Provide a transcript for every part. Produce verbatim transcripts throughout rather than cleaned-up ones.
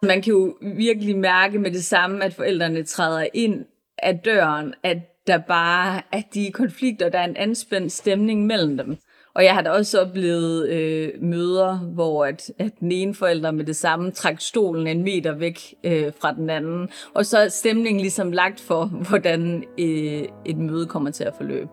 Man kan jo virkelig mærke med det samme, at forældrene træder ind af døren, at der bare at de konflikter, der er en anspændt stemning mellem dem. Og jeg har da også oplevet øh, møder, hvor at, at den ene forælder med det samme trak stolen en meter væk øh, fra den anden. Og så er stemningen ligesom lagt for, hvordan øh, et møde kommer til at forløbe.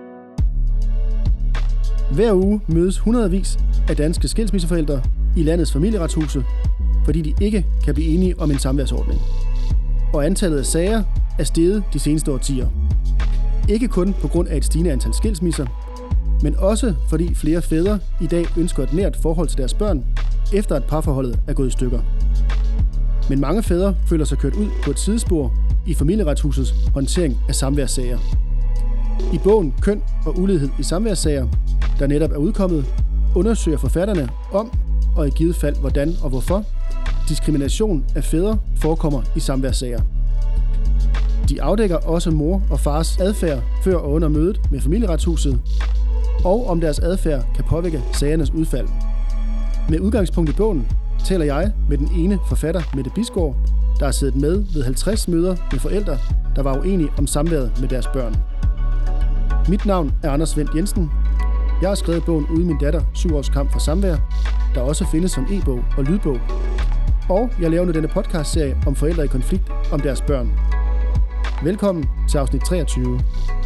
Hver uge mødes hundredvis af danske skilsmisseforældre i landets familieretshuse, fordi de ikke kan blive enige om en samværsordning. Og antallet af sager er steget de seneste årtier. Ikke kun på grund af et stigende antal skilsmisser, men også fordi flere fædre i dag ønsker et nært forhold til deres børn, efter at parforholdet er gået i stykker. Men mange fædre føler sig kørt ud på et sidespor i familieretshusets håndtering af samværssager. I bogen Køn og ulighed i samværssager, der netop er udkommet, undersøger forfatterne om, og i givet fald hvordan og hvorfor, diskrimination af fædre forekommer i samværssager. De afdækker også mor og fars adfærd før og under mødet med familieretshuset, og om deres adfærd kan påvirke sagernes udfald. Med udgangspunkt i bogen taler jeg med den ene forfatter, Mette Bisgaard, der har siddet med ved halvtreds møder med forældre, der var uenige om samværet med deres børn. Mit navn er Anders Wendt Jensen. Jeg har skrevet bogen Uden min datter, syv års kamp for samvær, der også findes som e-bog og lydbog. Og jeg laver nu denne podcastserie om forældre i konflikt om deres børn. Velkommen til afsnit treogtyve.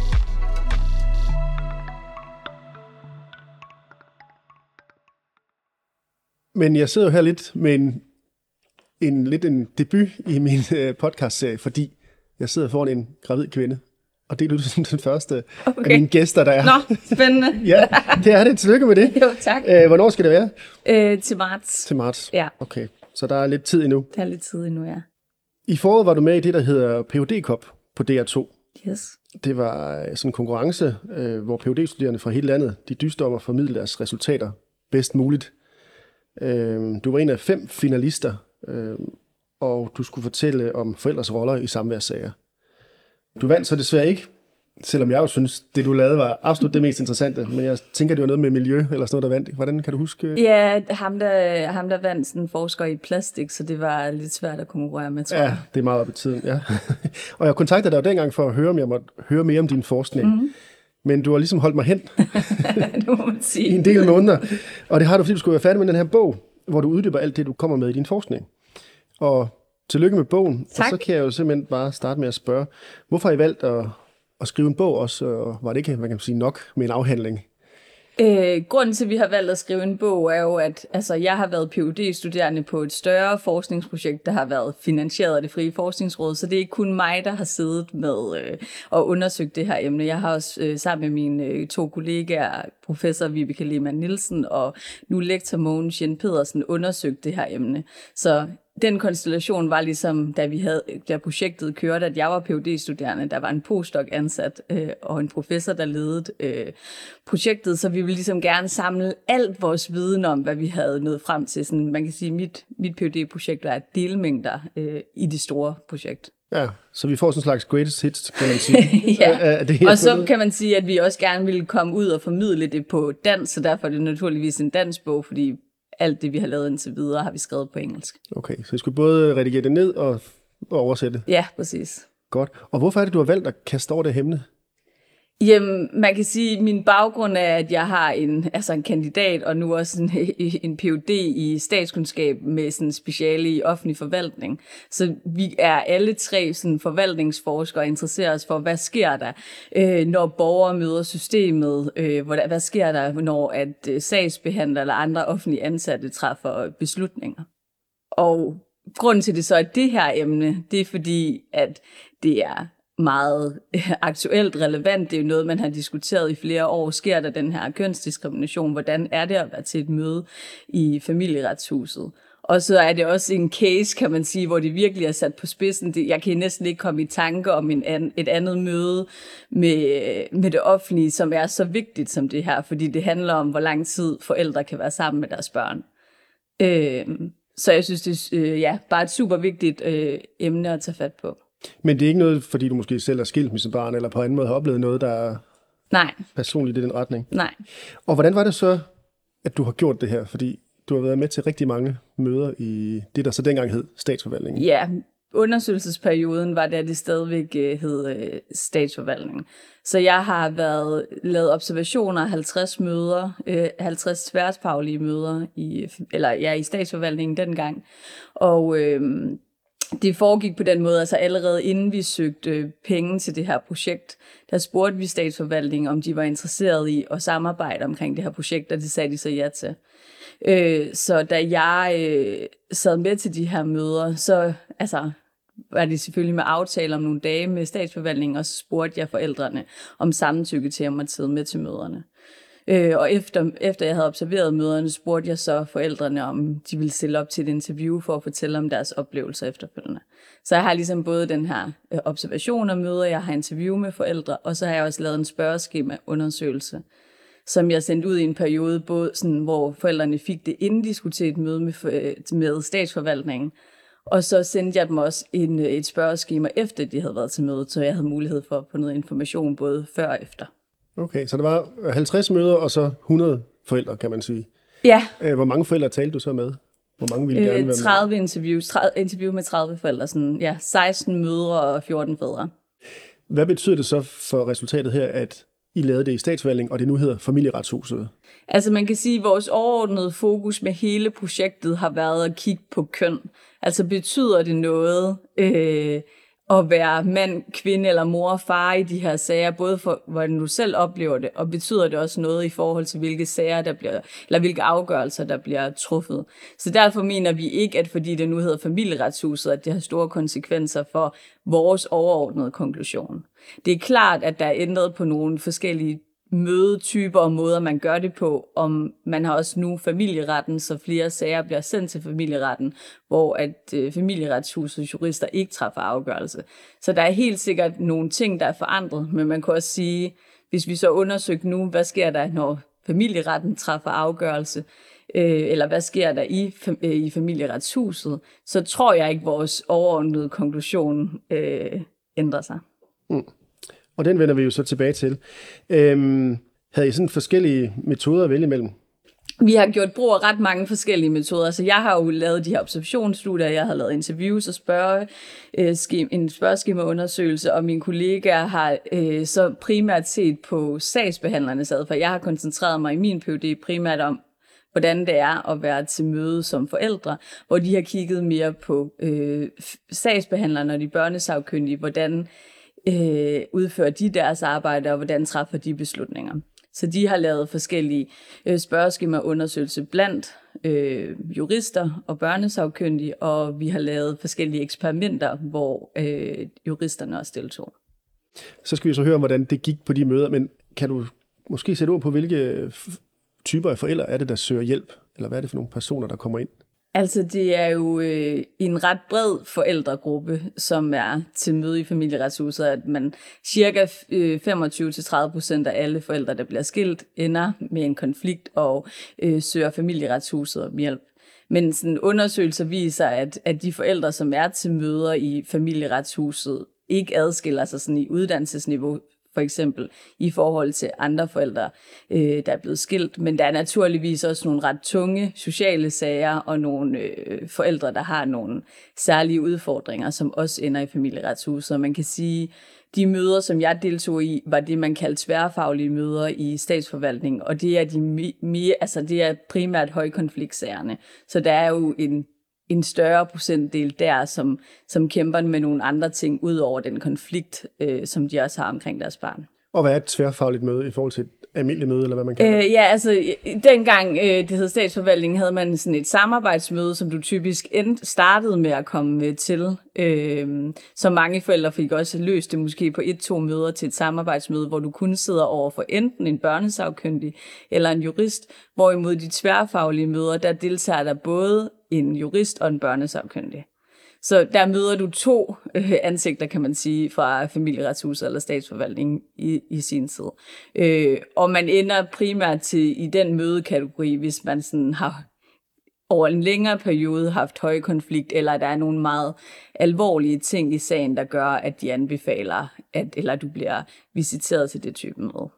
Men jeg sidder jo her lidt med en, en, lidt en debut i min øh, podcastserie, fordi jeg sidder foran en gravid kvinde. Og det er du sådan den første okay. af mine gæster, der er. Nå, spændende. Ja, det er det. Tillykke med det. Jo, tak. Æh, hvornår skal det være? Øh, til marts. Til marts? Ja. Okay, så der er lidt tid endnu. Der er lidt tid endnu, ja. I foråret var du med i det, der hedder P H D Cup på D R to. Yes. Det var sådan en konkurrence, øh, hvor P H D-studerende fra hele landet, de dyster om at formidle deres resultater bedst muligt. Øh, du var en af fem finalister, øh, og du skulle fortælle om forældres roller i samværssager. Du vandt så desværre ikke, selvom jeg jo synes, det du lavede var absolut det mest interessante, men jeg tænker, det var noget med miljø eller sådan noget, der vandt. Hvordan kan du huske? Ja, ham der, ham der vandt sådan en forsker i plastik, så det var lidt svært at konkurrere med, tror jeg. Ja, det er meget op i tiden, ja. Og jeg kontaktede dig jo dengang for at høre, om jeg måtte høre mere om din forskning. Mm-hmm. Men du har ligesom holdt mig hen det må man sige. i en del måneder. Og det har du, fordi du skulle være færdig med den her bog, hvor du uddyber alt det, du kommer med i din forskning. Og tillykke med bogen. Tak. Og så kan jeg jo simpelthen bare starte med at spørge, hvorfor har I valgt at, at skrive en bog også, og var det ikke, hvad kan man sige, nok med en afhandling? Øh, grunden til, at vi har valgt at skrive en bog, er jo, at altså, jeg har været P H D-studerende på et større forskningsprojekt, der har været finansieret af det Frie Forskningsråd, så det er ikke kun mig, der har siddet med øh, og undersøgt det her emne. Jeg har også øh, sammen med mine øh, to kollegaer, professor Vibeke Lehmann Nielsen og nu lektor Mogens Jen Pedersen, undersøgt det her emne. Så den konstellation var ligesom, da vi havde, da projektet kørte, at jeg var P H D-studerende, der var en postdoc ansat øh, og en professor, der ledede øh, projektet, så vi ville ligesom gerne samle alt vores viden om, hvad vi havde nået frem til. Sådan, man kan sige, at mit, mit P H D-projekt var delmængder øh, i det store projekt. Ja, så vi får sådan en slags greatest hits, kan man sige. ja, er det og så kan man sige, at vi også gerne ville komme ud og formidle det på dansk, så derfor er det naturligvis en dansk bog, fordi alt det, vi har lavet indtil videre, har vi skrevet på engelsk. Okay, så I skulle både redigere det ned og, og oversætte? Ja, præcis. Godt. Og hvorfor er det, du har valgt at kaste over det emne? Jamen, man kan sige, at min baggrund er, at jeg har en, altså en kandidat, og nu også en, en P H D i statskundskab med sådan speciale i offentlig forvaltning. Så vi er alle tre sådan forvaltningsforskere og interesserer os for, hvad sker der, øh, når borgere møder systemet? Øh, hvad, hvad sker der, når at øh, sagsbehandlere eller andre offentlige ansatte træffer beslutninger? Og grunden til det så er det her emne, det er fordi, at det er meget aktuelt relevant. Det er jo noget, man har diskuteret i flere år. Sker der den her kønsdiskrimination? Hvordan er det at være til et møde i familieretshuset? Og så er det også en case, kan man sige, hvor det virkelig er sat på spidsen. Jeg kan næsten ikke komme i tanke om en an, et andet møde med, med det offentlige, som er så vigtigt som det her, fordi det handler om, hvor lang tid forældre kan være sammen med deres børn. Øh, så jeg synes, det er øh, ja, bare et super vigtigt øh, emne at tage fat på. Men det er ikke noget, fordi du måske selv er skilsmissebarn, eller på anden måde har oplevet noget, der er Nej. personligt i den retning? Nej. Og hvordan var det så, at du har gjort det her? Fordi du har været med til rigtig mange møder i det, der så dengang hed Statsforvaltningen. Ja, undersøgelsesperioden var da det stadigvæk hed øh, Statsforvaltningen. Så jeg har været lavet observationer, halvtreds møder, øh, halvtreds tværfaglige møder i, eller, ja, i Statsforvaltningen dengang. Og øh, det foregik på den måde, altså allerede inden vi søgte penge til det her projekt, der spurgte vi Statsforvaltningen, om de var interesserede i at samarbejde omkring det her projekt, og det sagde de så ja til. Øh, så da jeg øh, sad med til de her møder, så altså, var det selvfølgelig med aftale om nogle dage med Statsforvaltningen, og så spurgte jeg forældrene om samtykke til, at måtte sidde med til møderne. Øh, og efter, efter jeg havde observeret møderne, spurgte jeg så forældrene, om de ville stille op til et interview for at fortælle om deres oplevelser efterfølgende. Så jeg har ligesom både den her øh, observation af møder, jeg har interview med forældre, og så har jeg også lavet en spørgeskema-undersøgelse, som jeg sendte ud i en periode, både sådan, hvor forældrene fik det, inden de skulle til et møde med, med Statsforvaltningen. Og så sendte jeg dem også en, et spørgeskema, efter de havde været til mødet, så jeg havde mulighed for at få noget information både før og efter. Okay, så der var halvtreds møder, og så hundrede forældre, kan man sige. Ja. Hvor mange forældre talte du så med? Hvor mange ville gerne være med? tredive interviews, tredive, interview med tredive forældre, sådan, ja, seksten mødre og fjorten fædre. Hvad betyder det så for resultatet her, at I lavede det i Statsforvaltningen, og det nu hedder Familieretshuset? Altså man kan sige, at vores overordnede fokus med hele projektet har været at kigge på køn. Altså betyder det noget øh, at være mand, kvinde eller mor og far i de her sager, både for hvordan du selv oplever det, og betyder det også noget i forhold til, hvilke sager der bliver, eller hvilke afgørelser der bliver truffet. Så derfor mener vi ikke, at fordi det nu hedder Familieretshuset, at det har store konsekvenser for vores overordnede konklusion. Det er klart, at der er ændret på nogle forskellige mødetyper og måder, man gør det på. Om man har også nu familieretten, så flere sager bliver sendt til familieretten, hvor at øh, Familieretshusets jurister ikke træffer afgørelse. Så der er helt sikkert nogle ting, der er forandret, men man kan også sige, hvis vi så undersøger nu, hvad sker der, når familieretten træffer afgørelse, øh, eller hvad sker der i, øh, i Familieretshuset, så tror jeg ikke, vores overordnede konklusion øh, ændrer sig. Mm. Og den vender vi jo så tilbage til. Øhm, havde I sådan forskellige metoder at vælge imellem? Vi har gjort brug af ret mange forskellige metoder. Så jeg har jo lavet de her observationsstudier, jeg har lavet interviews og spørge, øh, skem, en spørgeskemaundersøgelse, og mine kollegaer har øh, så primært set på sagsbehandlernes adfærd. Jeg har koncentreret mig i min PhD primært om, hvordan det er at være til møde som forældre, hvor de har kigget mere på øh, sagsbehandlerne og de børnesagkyndige, hvordan Øh, udfører de deres arbejde, og hvordan træffer de beslutninger. Så de har lavet forskellige øh, spørgeskemaundersøgelser blandt øh, jurister og børnesagkyndige, og vi har lavet forskellige eksperimenter, hvor øh, juristerne også deltog. Så skal vi så høre om, hvordan det gik på de møder, men kan du måske sætte ord på, hvilke typer af forældre er det, der søger hjælp, eller hvad er det for nogle personer, der kommer ind? Altså det er jo øh, en ret bred forældregruppe, som er til møde i Familieretshuset, at man cirka øh, femogtyve til tredive procent af alle forældre, der bliver skilt, ender med en konflikt og øh, søger Familieretshuset om hjælp. Men sådan undersøgelser viser, at, at de forældre, som er til møder i Familieretshuset, ikke adskiller sig sådan i uddannelsesniveau, for eksempel i forhold til andre forældre, øh, der er blevet skilt. Men der er naturligvis også nogle ret tunge sociale sager og nogle øh, forældre, der har nogle særlige udfordringer, som også ender i Familieretshuset. Og man kan sige, de møder, som jeg deltog i, var det, man kaldte tværfaglige møder i Statsforvaltningen, og det er, de mere, altså det er primært højkonfliktsagerne. Så der er jo en en større procentdel der, som, som kæmper med nogle andre ting, ud over den konflikt, øh, som de også har omkring deres barn. Og hvad er et tværfagligt møde i forhold til et almindeligt møde, eller hvad man kalder det? Øh, ja, altså dengang øh, det hed Statsforvaltningen, havde man sådan et samarbejdsmøde, som du typisk end startede med at komme til. Øh, så mange forældre fik også løst det måske på et-to møder til et samarbejdsmøde, hvor du kun sidder over for enten en børnesagkyndig eller en jurist, hvorimod de tværfaglige møder, der deltager der både en jurist og en børnesagkyndig. Så der møder du to øh, ansigter, kan man sige, fra Familieretshuset eller Statsforvaltningen i, i sin tid. Øh, og man ender primært til i den mødekategori, hvis man sådan har over en længere periode haft høj konflikt, eller der er nogle meget alvorlige ting i sagen, der gør, at de anbefaler, at eller du bliver visiteret til det type møde.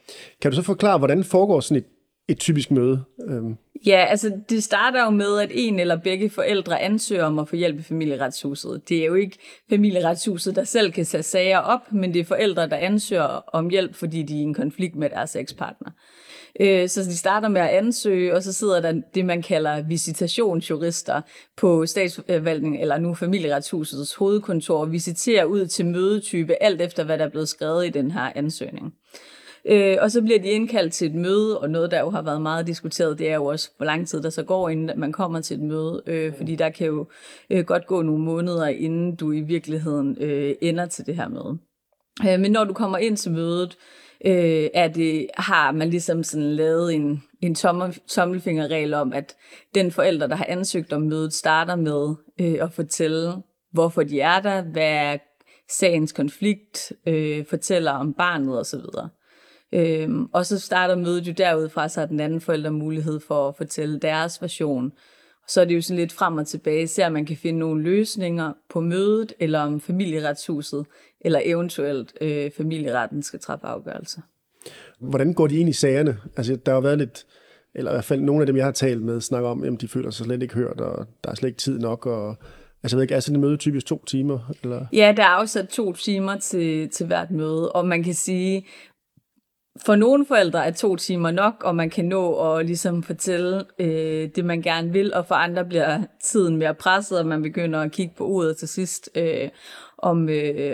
Kan du så forklare, hvordan foregår sådan et, et typisk møde? Ja, altså det starter jo med, at en eller begge forældre ansøger om at få hjælp i Familieretshuset. Det er jo ikke Familieretshuset, der selv kan sætte sager op, men det er forældre, der ansøger om hjælp, fordi de er i en konflikt med deres ekspartner. Så de starter med at ansøge, og så sidder der det, man kalder visitationsjurister på statsforvaltningen, eller nu Familieretshusets hovedkontor, og visiterer ud til mødetype, alt efter hvad der er blevet skrevet i den her ansøgning. Øh, og så bliver de indkaldt til et møde, og noget, der jo har været meget diskuteret, det er jo også, hvor lang tid der så går, inden man kommer til et møde. Øh, fordi der kan jo øh, godt gå nogle måneder, inden du i virkeligheden øh, ender til det her møde. Øh, men når du kommer ind til mødet, øh, er det, har man ligesom sådan lavet en, en tommel, tommelfingerregel om, at den forælder, der har ansøgt om mødet, starter med øh, at fortælle, hvorfor de er der, hvad er sagens konflikt, øh, fortæller om barnet osv. Øhm, og så starter mødet jo derudfra, så har den anden forælder mulighed for at fortælle deres version. Så er det jo sådan lidt frem og tilbage, ser om man kan finde nogle løsninger på mødet, eller om Familieretshuset, eller eventuelt øh, familieretten skal træffe afgørelse. Hvordan går de ind i sagerne? Altså, der har været lidt, eller i hvert fald nogle af dem, jeg har talt med, snakker om, at de føler sig slet ikke hørt, og der er slet ikke tid nok, og altså, jeg ved ikke, er sådan et møde typisk to timer? Eller? Ja, der er afsat to timer til, til hvert møde, og man kan sige, for nogle forældre er to timer nok, og man kan nå at ligesom fortælle øh, det, man gerne vil, og for andre bliver tiden mere presset, og man begynder at kigge på uret til sidst, øh, om, øh,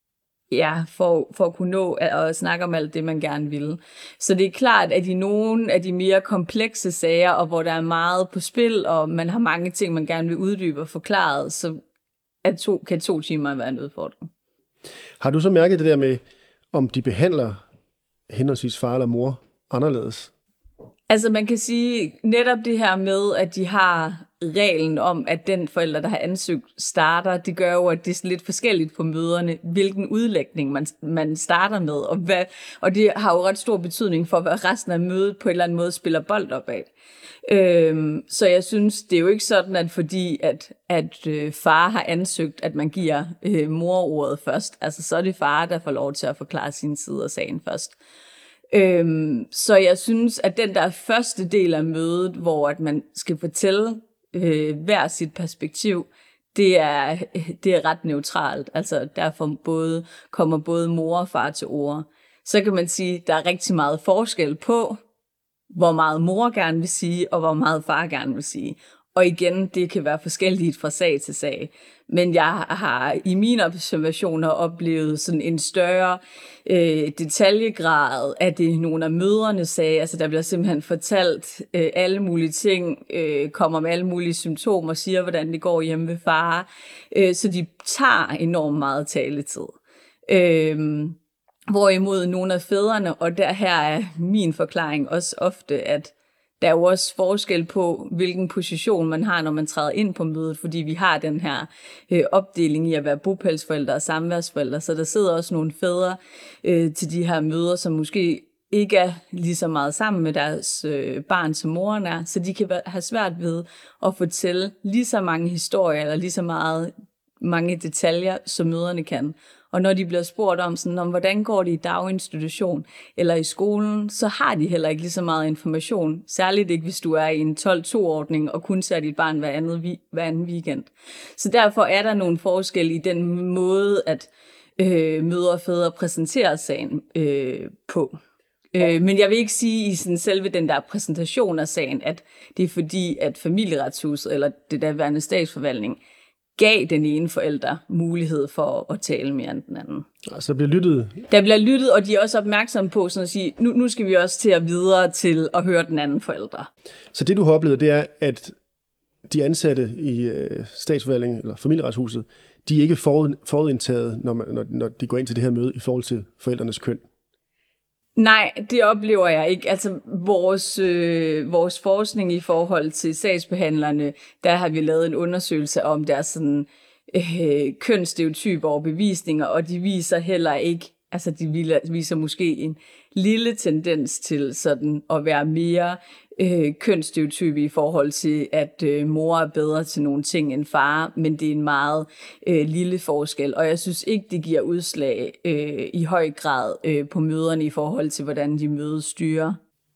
ja, for, for at kunne nå at, at snakke om alt det, man gerne vil. Så det er klart, at i nogle af de mere komplekse sager, og hvor der er meget på spil, og man har mange ting, man gerne vil uddybe og forklare, så er to, kan to timer være en udfordring. Har du så mærket det der med, om de behandler henholdsvis far eller mor anderledes? Altså man kan sige netop det her med, at de har reglen om, at den forælder, der har ansøgt, starter, det gør jo, at det er lidt forskelligt på møderne, hvilken udlægning man, man starter med, og, hvad, og det har jo ret stor betydning for, hvad resten af mødet på en eller anden måde spiller bold op af. Øhm, så jeg synes, det er jo ikke sådan, at fordi at, at øh, far har ansøgt, at man giver øh, morordet først, altså så er det far, der får lov til at forklare sin side af sagen først. Øhm, så jeg synes, at den der første del af mødet, hvor at man skal fortælle øh, hver sit perspektiv, det er, det er ret neutralt. Altså derfor både, kommer både mor og far til ord. Så kan man sige, at der er rigtig meget forskel på, hvor meget mor gerne vil sige, og hvor meget far gerne vil sige. Og igen, det kan være forskelligt fra sag til sag. Men jeg har i mine observationer oplevet sådan en større øh, detaljegrad, at det nogle af mødrene sagde. Altså der bliver simpelthen fortalt øh, alle mulige ting, øh, kommer med alle mulige symptomer, siger hvordan det går hjemme ved far. Øh, så de tager enormt meget taletid. Øh, Hvorimod nogle af fædrene, og der her er min forklaring også ofte, at der er jo også forskel på, hvilken position man har, når man træder ind på mødet, fordi vi har den her øh, opdeling i at være bopælsforældre og samværsforældre, så der sidder også nogle fædre øh, til de her møder, som måske ikke er lige så meget sammen med deres øh, barn, som moren er, så de kan have svært ved at fortælle lige så mange historier, eller lige så meget, mange detaljer, som mødrene kan. Og når de bliver spurgt om, sådan, om hvordan går det i daginstitution eller i skolen, så har de heller ikke lige så meget information. Særligt ikke, hvis du er i en tolv to-ordning og kun ser dit barn hver, andet, hver anden weekend. Så derfor er der nogle forskelle i den måde, at øh, mødre og fædre præsenterer sagen øh, på. Øh, men jeg vil ikke sige i sådan selve den der præsentation af sagen, at det er fordi, at Familieretshuset eller det derværende statsforvaltning gav den ene forælder mulighed for at tale mere end den anden. Altså der bliver lyttet? Der bliver lyttet, og de er også opmærksomme på sådan at sige, nu, nu skal vi også til at videre til at høre den anden forælder. Så det du har oplevet, det er, at de ansatte i øh, statsforvaltningen eller Familieretshuset, de er ikke forud, forudindtaget, når, man, når, når de går ind til det her møde i forhold til forældrenes køn? Nej, det oplever jeg ikke. Altså vores, øh, vores forskning i forhold til sagsbehandlerne, der har vi lavet en undersøgelse om deres sådan, øh, kønsstereotyper og bevisninger, og de viser heller ikke, altså de viser måske en lille tendens til sådan at være mere øh, kønsstereotype i forhold til, at øh, mor er bedre til nogle ting end far, men det er en meget øh, lille forskel, og jeg synes ikke, det giver udslag øh, i høj grad øh, på møderne i forhold til, hvordan de mødes styrer.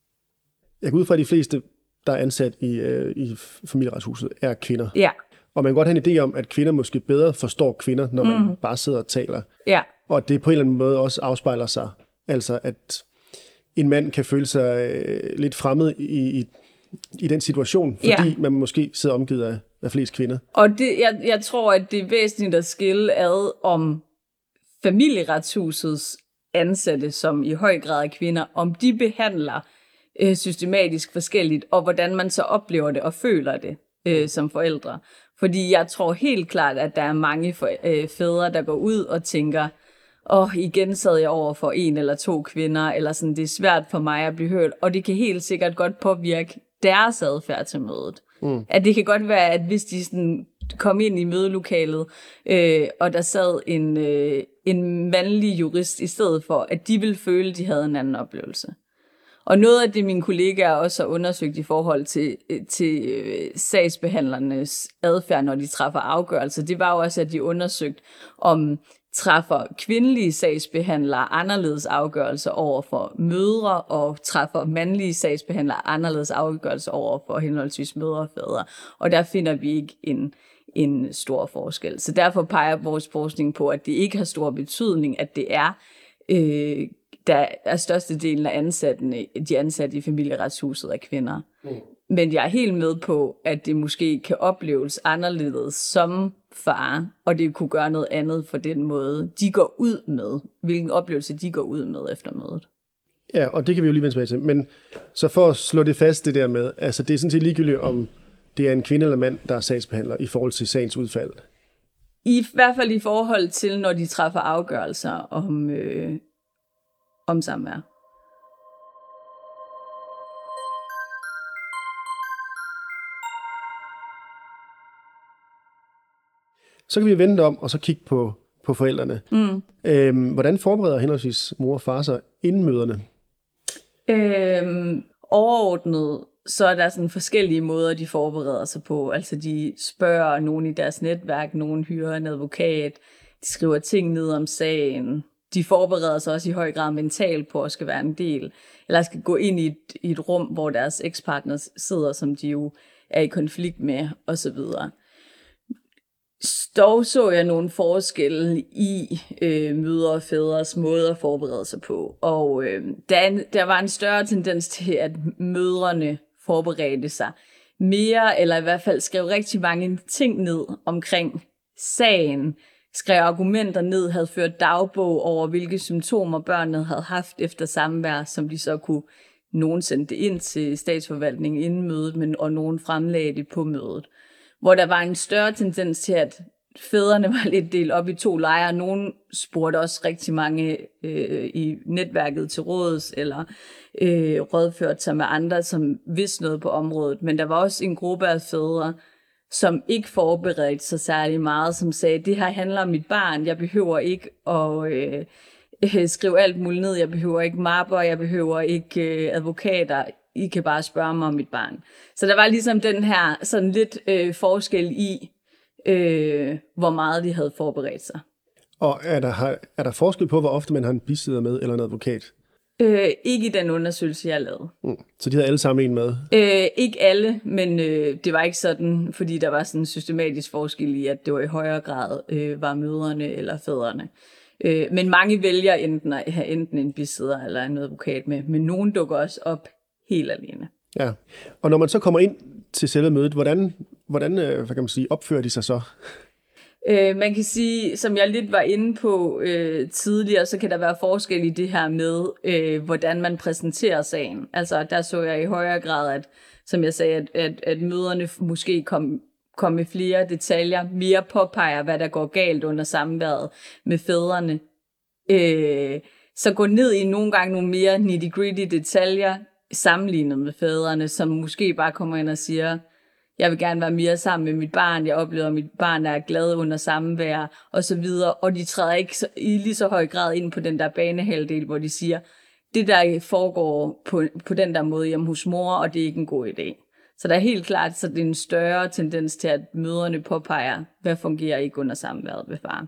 Jeg går ud fra, at de fleste, der er ansat i, øh, i familieretshuset, er kvinder. Ja. Og man kan godt have en idé om, at kvinder måske bedre forstår kvinder, når man mm. bare sidder og taler. Ja. Og det på en eller anden måde også afspejler sig. Altså, at en mand kan føle sig øh, lidt fremmed i, i, i den situation, fordi ja. man måske sidder omgivet af, af flest kvinder. Og det, jeg, jeg tror, at det er væsentligt at skille ad om familieretshusets ansatte, som i høj grad er kvinder, om de behandler øh, systematisk forskelligt, og hvordan man så oplever det og føler det øh, som forældre. Fordi jeg tror helt klart, at der er mange for, øh, fædre, der går ud og tænker, åh, oh, igen sad jeg over for en eller to kvinder, eller sådan, det er svært for mig at blive hørt, og det kan helt sikkert godt påvirke deres adfærd til mødet. Mm. At det kan godt være, at hvis de sådan kom ind i mødelokalet, øh, og der sad en, øh, en mandlig jurist i stedet for, at de ville føle, at de havde en anden oplevelse. Og noget af det, mine kollegaer også har undersøgt i forhold til, til sagsbehandlernes adfærd, når de træffer afgørelser, det var jo også, at de undersøgte, om træffer kvindelige sagsbehandlere anderledes afgørelser over for mødre, og træffer mandlige sagsbehandlere anderledes afgørelser over for henholdsvis mødre og fædre. Og der finder vi ikke en, en stor forskel. Så derfor peger vores forskning på, at det ikke har stor betydning, at det er øh, der er størstedelen af ansatte, de ansatte i familieretshuset er kvinder. Mm. Men jeg er helt med på, at det måske kan opleves anderledes som far, og det kunne gøre noget andet for den måde, de går ud med, hvilken oplevelse de går ud med efter mødet. Ja, og det kan vi jo lige vende tilbage til. Men så for at slå det fast, det der med, altså det er sådan set ligegyldigt, om det er en kvinde eller mand, der er sagsbehandler i forhold til sagens udfald. I hvert fald i forhold til, når de træffer afgørelser om, øh, om samvær. Så kan vi vende om og så kigge på, på forældrene. Mm. Øhm, hvordan forbereder henholdsvis mor og far sig inden møderne? Øhm, overordnet, så er der sådan forskellige måder, de forbereder sig på. Altså de spørger nogen i deres netværk, nogen hyrer en advokat, de skriver ting ned om sagen. De forbereder sig også i høj grad mentalt på at skal være en del, eller skal gå ind i et, i et rum, hvor deres ekspartner sidder, som de jo er i konflikt med, osv. Dog så jeg nogle forskelle i øh, mødre og fædres måde at forberede sig på. Og øh, der, der var en større tendens til, at mødrene forberedte sig mere, eller i hvert fald skrev rigtig mange ting ned omkring sagen, skrev argumenter ned, havde ført dagbog over, hvilke symptomer børnene havde haft efter samvær, som de så kunne nogen sende det ind til statsforvaltningen inden mødet, men, og nogen fremlagde det på mødet. Hvor der var en større tendens til, at fædrene var lidt delt op i to lejre. Nogen spurgte også rigtig mange øh, i netværket til råds, eller øh, rådførte sig med andre, som vidste noget på området. Men der var også en gruppe af fædre, som ikke forberedte sig særlig meget, som sagde, det her handler om mit barn, jeg behøver ikke at øh, øh, skrive alt muligt ned, jeg behøver ikke mapper, jeg behøver ikke øh, advokater, I kan bare spørge mig om mit barn. Så der var ligesom den her sådan lidt øh, forskel i, øh, hvor meget de havde forberedt sig. Og er der, er der forskel på, hvor ofte man har en bisidder med, eller en advokat? Øh, ikke i den undersøgelse, jeg lavede. Mm. Så de havde alle sammen en med? Øh, ikke alle, men øh, det var ikke sådan, fordi der var sådan en systematisk forskel i, at det var i højere grad øh, var mødrene eller fædrene. Øh, men mange vælger enten at have enten en bisidder eller en advokat med, men nogen dukker også op helt alene. Ja, og når man så kommer ind til selve mødet, hvordan, hvordan hvad kan man sige, opfører de sig så? Øh, man kan sige, som jeg lidt var inde på øh, tidligere, så kan der være forskel i det her med, øh, hvordan man præsenterer sagen. Altså der så jeg i højere grad, at, som jeg sagde, at, at, at møderne måske kom, kom med flere detaljer, mere påpeger, hvad der går galt under samværet med fædrene. Øh, så gå ned i nogle gange nogle mere nitty-gritty detaljer, sammenlignet med fædrene, som måske bare kommer ind og siger, jeg vil gerne være mere sammen med mit barn, jeg oplever, at mit barn er glad under samvær, og så videre, og de træder ikke i lige så høj grad ind på den der banehalvdel, hvor de siger, det, der foregår på, på den der måde hjemme hos mor, og det er ikke en god idé. Så der er helt klart så det er en større tendens til, at mødrene påpeger, hvad fungerer ikke under samværet ved far.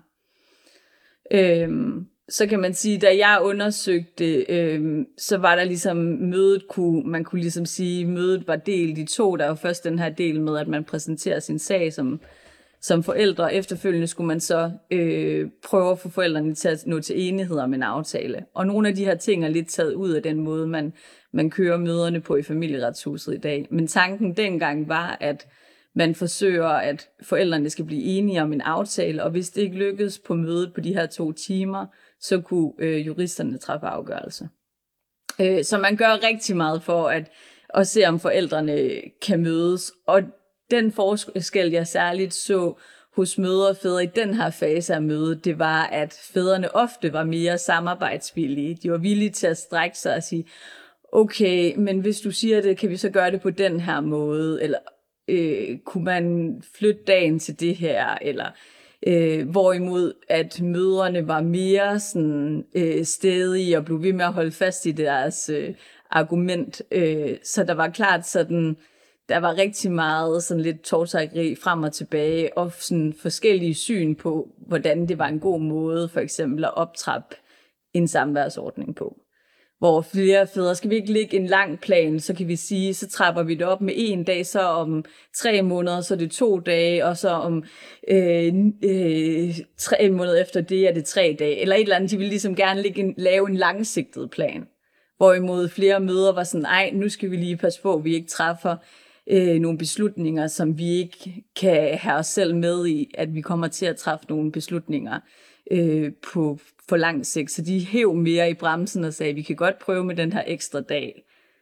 Øhm, så kan man sige, da jeg undersøgte, øhm, så var der ligesom mødet, kunne, man kunne ligesom sige, mødet var delt i to. Der var først den her del med, at man præsenterer sin sag som, som forældre, og efterfølgende skulle man så øh, prøve at få forældrene til at nå til enighed om en aftale. Og nogle af de her ting er lidt taget ud af den måde, man, man kører møderne på i Familieretshuset i dag. Men tanken dengang var, at man forsøger, at forældrene skal blive enige om en aftale, og hvis det ikke lykkedes på mødet på de her to timer, så kunne øh, juristerne træffe afgørelse. Øh, så man gør rigtig meget for at, at se, om forældrene kan mødes. Og den forskel, jeg særligt så hos mødre og fædre i den her fase af mødet, det var, at fædrene ofte var mere samarbejdsvillige. De var villige til at strække sig og sige, okay, men hvis du siger det, kan vi så gøre det på den her måde, eller Øh, kunne man flytte dagen til det her, eller øh, hvorimod at mødrene var mere sådan, øh, stedige og blev ved med at holde fast i deres øh, argument. Øh, så der var klart sådan, der var rigtig meget sådan lidt tovtrækkeri frem og tilbage, og sådan forskellige syn på, hvordan det var en god måde for eksempel at optrappe en samværsordning på. Hvor flere fædre, skal vi ikke lægge en lang plan, så kan vi sige, så trapper vi det op med en dag, så om tre måneder, så er det to dage, og så om øh, øh, tre måneder efter det er det tre dage, eller et eller andet. De vil ligesom gerne lægge en, lave en langsigtet plan. Hvorimod flere mødre var sådan, ej, nu skal vi lige passe på, at vi ikke træffer øh, nogle beslutninger, som vi ikke kan have os selv med i, at vi kommer til at træffe nogle beslutninger øh, på for lang sigt. Så de hæv mere i bremsen og sagde, vi kan godt prøve med den her ekstra dag,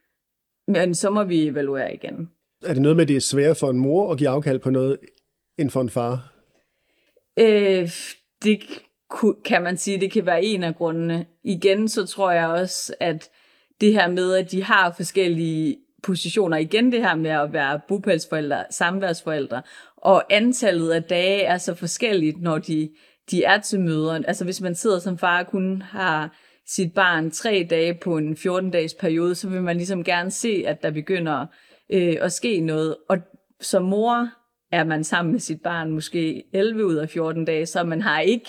men så må vi evaluere igen. Er det noget med, at det er sværere for en mor at give afkald på noget, end for en far? Øh, det kan man sige, det kan være en af grundene. Igen, så tror jeg også, at det her med, at de har forskellige positioner, igen det her med at være bopælsforældre, samværsforældre, og antallet af dage er så forskelligt, når de de er til møderne. Altså hvis man sidder som far og kun har sit barn tre dage på en fjorten-dages periode, så vil man ligesom gerne se, at der begynder øh, at ske noget. Og som mor er man sammen med sit barn måske elleve ud af fjorten dage, så man har ikke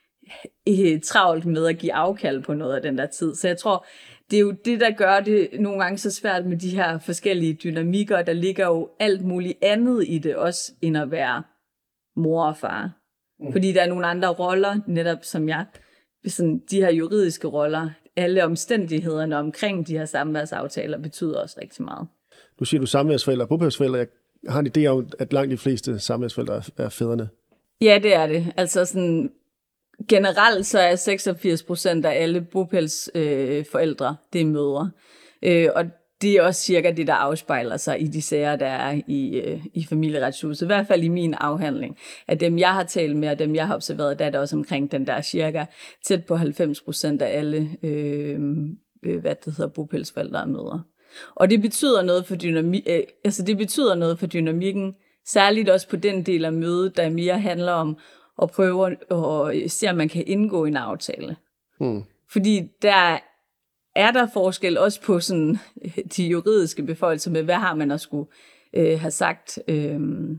øh, travlt med at give afkald på noget af den der tid. Så jeg tror, det er jo det, der gør det nogle gange så svært med de her forskellige dynamikker. Der ligger jo alt muligt andet i det også, end at være mor og far. Fordi der er nogle andre roller, netop som jeg, sådan de her juridiske roller, alle omstændighederne omkring de her samværsaftaler betyder også rigtig meget. Nu siger du samværsforældre og bopælsforældre. Jeg har en idé om, at langt de fleste samværsforældre er fædrene. Ja, det er det. Altså sådan, generelt så er seksogfirs procent af alle bopælsforældre, øh, det er mødre. Øh, og det er også cirka det, der afspejler sig i de sager, der er i, øh, i Familieretshuset. I hvert fald i min afhandling. Af dem, jeg har talt med, og dem, jeg har observeret, der er det også omkring den der cirka tæt på halvfems procent af alle øh, øh, hvad det hedder, bopælsforældre og mødre. Og det betyder noget for dynami- øh, altså det betyder noget for dynamikken, særligt også på den del af mødet, der mere handler om at prøve at se, om man kan indgå en aftale. Hmm. Fordi der er der forskel også på sådan de juridiske beføjelser med, hvad har man at skulle øh, have sagt. Øh.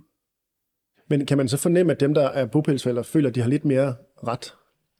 Men kan man så fornemme, at dem, der er bopælsforældre, føler, at de har lidt mere ret?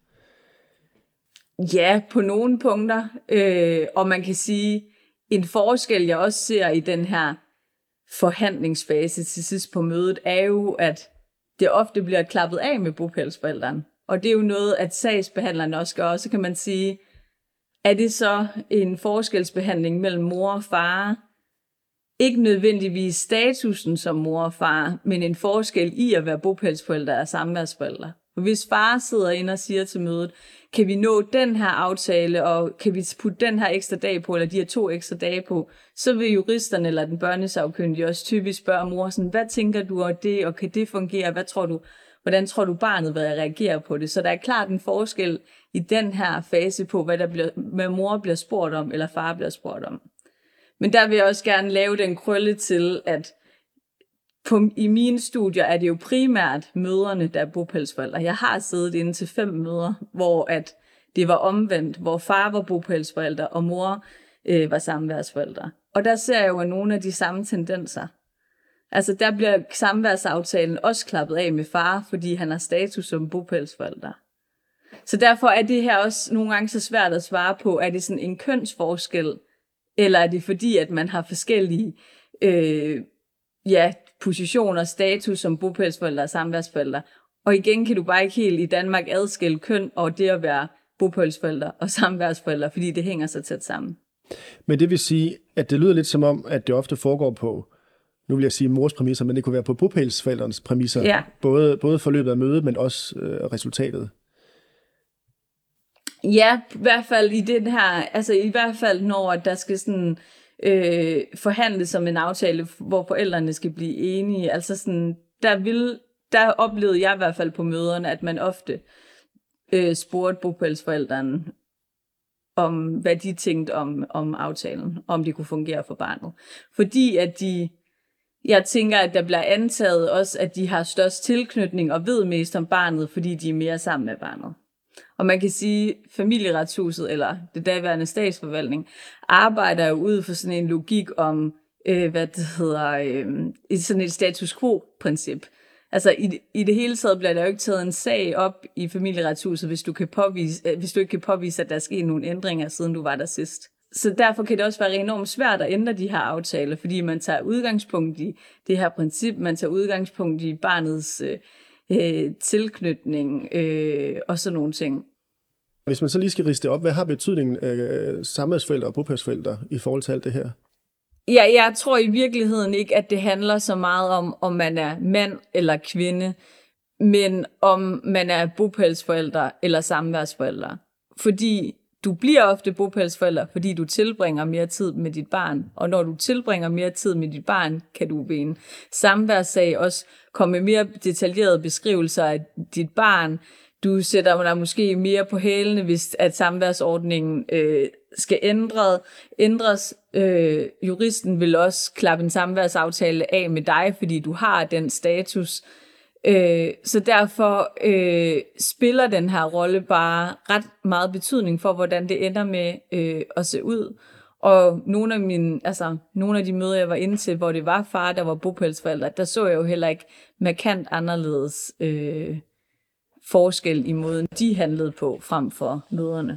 Ja, på nogle punkter. Øh, og man kan sige, en forskel, jeg også ser i den her forhandlingsfase til sidst på mødet, er jo, at det ofte bliver klappet af med bopælsforældrene. Og det er jo noget, at sagsbehandlerne også gør. Så kan man sige, er det så en forskelsbehandling mellem mor og far? Ikke nødvendigvis statusen som mor og far, men en forskel i at være bopælsforældre og samværsforældre. Hvis far sidder ind og siger til mødet, kan vi nå den her aftale, og kan vi putte den her ekstra dag på, eller de her to ekstra dage på, så vil juristerne eller den børnesagkyndige også typisk spørge mor, sådan, hvad tænker du om det, og kan det fungere? Hvad tror du, hvordan tror du barnet vil reagere på det? Så der er klart en forskel i den her fase på, hvad, der bliver, hvad mor bliver spurgt om, eller far bliver spurgt om. Men der vil jeg også gerne lave den krølle til, at på, i mine studier er det jo primært mødrene, der er bopælsforældre. Jeg har siddet inde til fem mødre, hvor at det var omvendt, hvor far var bopælsforælder, og mor øh, var samværsforælder. Og der ser jeg jo nogle af de samme tendenser. Altså der bliver samværsaftalen også klappet af med far, fordi han har status som bopælsforælder. Så derfor er det her også nogle gange så svært at svare på, er det sådan en kønsforskel, eller er det fordi, at man har forskellige øh, ja, positioner, status som bopælsforælder og samværsforælder. Og igen kan du bare ikke helt i Danmark adskille køn og det at være bopælsforælder og samværsforælder, fordi det hænger så tæt sammen. Men det vil sige, at det lyder lidt som om, at det ofte foregår på, nu vil jeg sige mors præmisser, men det kunne være på bopælsforældrenes præmisser. Ja. Både, både forløbet af mødet, men også øh, resultatet. Ja, i hvert fald i den her, altså i hvert fald når der skal sådan øh, forhandles om en aftale, hvor forældrene skal blive enige, altså sådan, der vil, der oplevede jeg i hvert fald på møderne, at man ofte øh, spurgte bopælsforældrene om, hvad de tænkte om, om aftalen, om det kunne fungere for barnet. Fordi at de, jeg tænker, at der bliver antaget også, at de har størst tilknytning og ved mest om barnet, fordi de er mere sammen med barnet. Og man kan sige, at Familieretshuset, eller det daværende statsforvaltning, arbejder jo ud for sådan en logik om, øh, hvad det hedder, øh, sådan et status quo-princip. Altså i, i det hele taget bliver der jo ikke taget en sag op i Familieretshuset, hvis du, kan påvise, øh, hvis du ikke kan påvise, at der er sket nogle ændringer, siden du var der sidst. Så derfor kan det også være enormt svært at ændre de her aftaler, fordi man tager udgangspunkt i det her princip, man tager udgangspunkt i barnets øh, øh, tilknytning øh, og sådan nogle ting. Hvis man så lige skal riste op, hvad har betydningen øh, samværsforældre og bopælsforældre i forhold til alt det her? Ja, jeg tror i virkeligheden ikke, at det handler så meget om, om man er mand eller kvinde, men om man er bopælsforældre eller samværsforældre. Fordi du bliver ofte bopælsforælder, fordi du tilbringer mere tid med dit barn. Og når du tilbringer mere tid med dit barn, kan du ved en samværssag også komme med mere detaljerede beskrivelser af dit barn. Du sætter dig måske mere på hælene, hvis at samværsordningen øh, skal ændre, ændres. Øh, juristen vil også klappe en samværsaftale af med dig, fordi du har den status. Øh, så derfor øh, spiller den her rolle bare ret meget betydning for, hvordan det ender med øh, at se ud. Og nogle af, mine, altså, nogle af de møder, jeg var inde til, hvor det var far, der var bopælsforældre, der så jeg jo heller ikke markant anderledes øh, forskel i måden, de handlede på frem for møderne.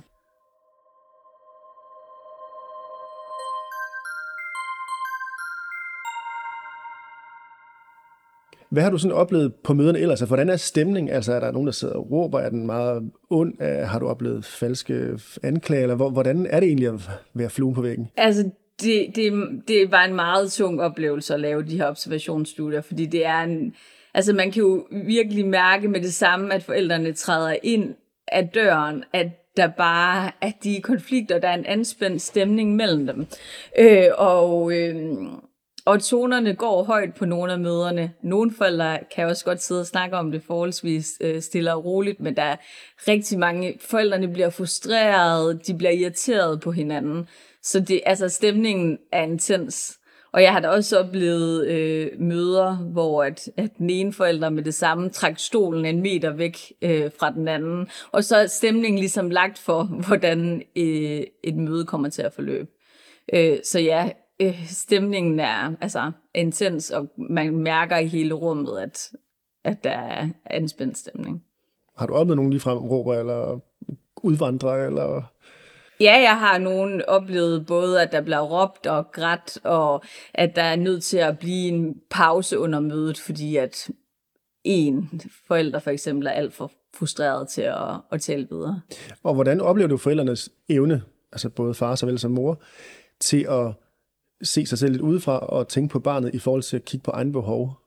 Hvad har du sådan oplevet på møderne ellers? Altså, hvordan er stemningen? Altså, er der nogen, der sidder og råber? Er den meget ond? Har du oplevet falske anklager? Eller hvordan er det egentlig at være fluen på væggen? Altså, det, det, det var en meget tung oplevelse at lave de her observationsstudier, fordi det er en... Altså, man kan jo virkelig mærke med det samme, at forældrene træder ind af døren, at der bare at de konflikter, der er en anspændt stemning mellem dem. Øh, og... Øh, Og tonerne går højt på nogle af møderne. Nogle forældre kan også godt sidde og snakke om det forholdsvis øh, stille og roligt, men der er rigtig mange, forældrene bliver frustrerede, de bliver irriteret på hinanden. Så det, altså, stemningen er intens. Og jeg har da også oplevet øh, møder, hvor at, at den ene forælder med det samme trak stolen en meter væk øh, fra den anden. Og så er stemningen ligesom lagt for, hvordan øh, et møde kommer til at forløbe. Øh, så ja, stemningen er altså intens, og man mærker i hele rummet, at, at der er en spændt stemning. Har du oplevet nogen ligefrem råber eller udvandrere? Eller? Ja, jeg har nogen oplevet både, at der bliver råbt og grædt, og at der er nødt til at blive en pause under mødet, fordi at en forælder for eksempel er alt for frustreret til at, at tale videre. Og hvordan oplever du forældrenes evne, altså både far såvel som mor, til at se sig selv lidt udefra og tænke på barnet i forhold til at kigge på egen behov?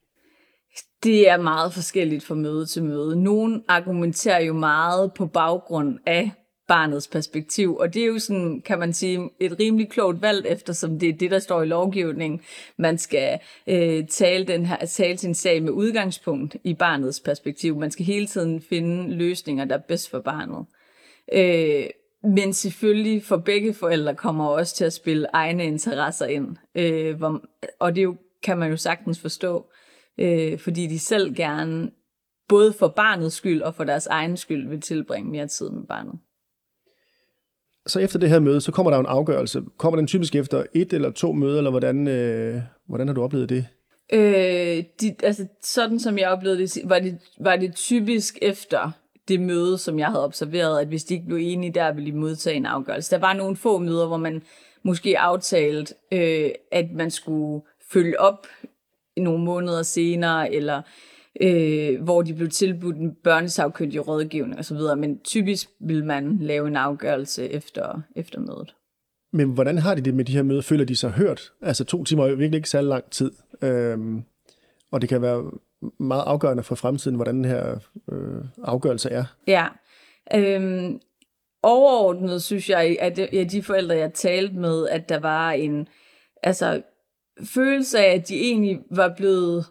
Det er meget forskelligt fra møde til møde. Nogle argumenterer jo meget på baggrund af barnets perspektiv, og det er jo sådan, kan man sige, et rimelig klogt valg, eftersom det er det, der står i lovgivningen. Man skal øh, tale, den her, tale sin sag med udgangspunkt i barnets perspektiv. Man skal hele tiden finde løsninger, der er bedst for barnet. Øh, Men selvfølgelig for begge forældre kommer også til at spille egne interesser ind. Øh, hvor, og det jo, kan man jo sagtens forstå, øh, fordi de selv gerne, både for barnets skyld og for deres egen skyld, vil tilbringe mere tid med barnet. Så efter det her møde, så kommer der en afgørelse. Kommer den typisk efter et eller to møder, eller hvordan, øh, hvordan har du oplevet det? Øh, de, altså, sådan som jeg oplevede det, var det, var det typisk efter det møde, som jeg havde observeret, at hvis de ikke blev enige, der ville de modtage en afgørelse. Der var nogle få møder, hvor man måske aftalte, øh, at man skulle følge op nogle måneder senere, eller øh, hvor de blev tilbudt en børnesagkyndig rådgivning osv., men typisk vil man lave en afgørelse efter, efter mødet. Men hvordan har de det med de her møder? Føler de sig hørt? Altså to timer er jo virkelig ikke særlig lang tid, øhm, og det kan være meget afgørende for fremtiden, hvordan den her øh, afgørelse er. Ja, øhm, overordnet synes jeg, at ja, de forældre, jeg talte med, at der var en altså, følelse af, at de egentlig var blevet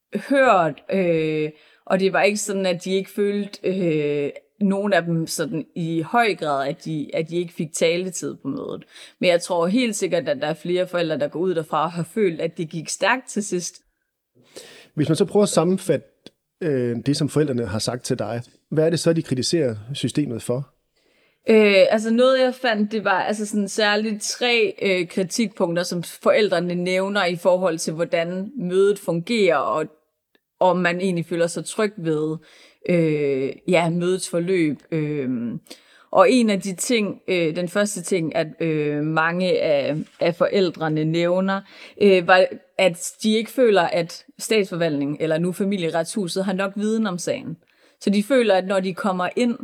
hørt, øh, og det var ikke sådan, at de ikke følte øh, nogen af dem sådan i høj grad, at de, at de ikke fik taletid på mødet. Men jeg tror helt sikkert, at der er flere forældre, der går ud derfra og har følt, at det gik stærkt til sidst. Hvis man så prøver at sammenfatte øh, det, som forældrene har sagt til dig, hvad er det så, de kritiserer systemet for? Øh, altså noget, jeg fandt, det var altså sådan særligt tre øh, kritikpunkter, som forældrene nævner i forhold til, hvordan mødet fungerer, og om man egentlig føler sig tryg ved øh, ja, mødets forløb. Øh, og en af de ting, øh, den første ting, at øh, mange af, af forældrene nævner, øh, var, at de ikke føler, at statsforvaltningen, eller nu Familieretshuset, har nok viden om sagen. Så de føler, at når de kommer ind,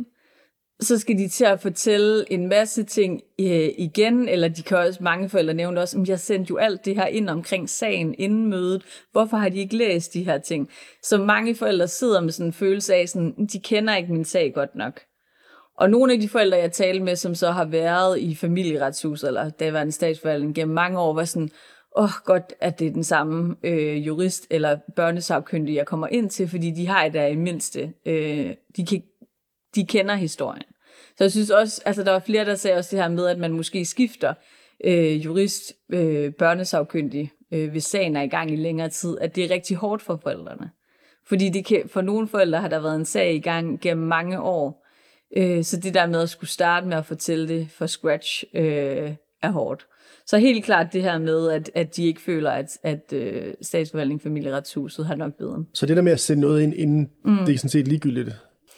så skal de til at fortælle en masse ting øh, igen, eller de kan også, mange forældre nævne også, at jeg sendte jo alt det her ind omkring sagen inden mødet. Hvorfor har de ikke læst de her ting? Så mange forældre sidder med sådan en følelse af, sådan, de kender ikke min sag godt nok. Og nogle af de forældre, jeg talte med, som så har været i Familieretshuset, eller daværende statsforvaltning gennem mange år, var sådan, åh oh, godt, at det er den samme øh, jurist eller børnesagkyndige, jeg kommer ind til, fordi de har der i mindste. Øh, de kan De kender historien. Så jeg synes også, altså der var flere, der sagde også det her med, at man måske skifter øh, jurist, øh, børnesagkyndig, øh, hvis sagen er i gang i længere tid, at det er rigtig hårdt for forældrene. Fordi det kan, for nogle forældre har der været en sag i gang gennem mange år, øh, så det der med at skulle starte med at fortælle det fra scratch øh, er hårdt. Så helt klart det her med, at, at de ikke føler, at, at øh, statsforvaltning Familieretshuset har nok viden. Så det der med at sende noget ind inden, mm. det er sådan set ligegyldigt?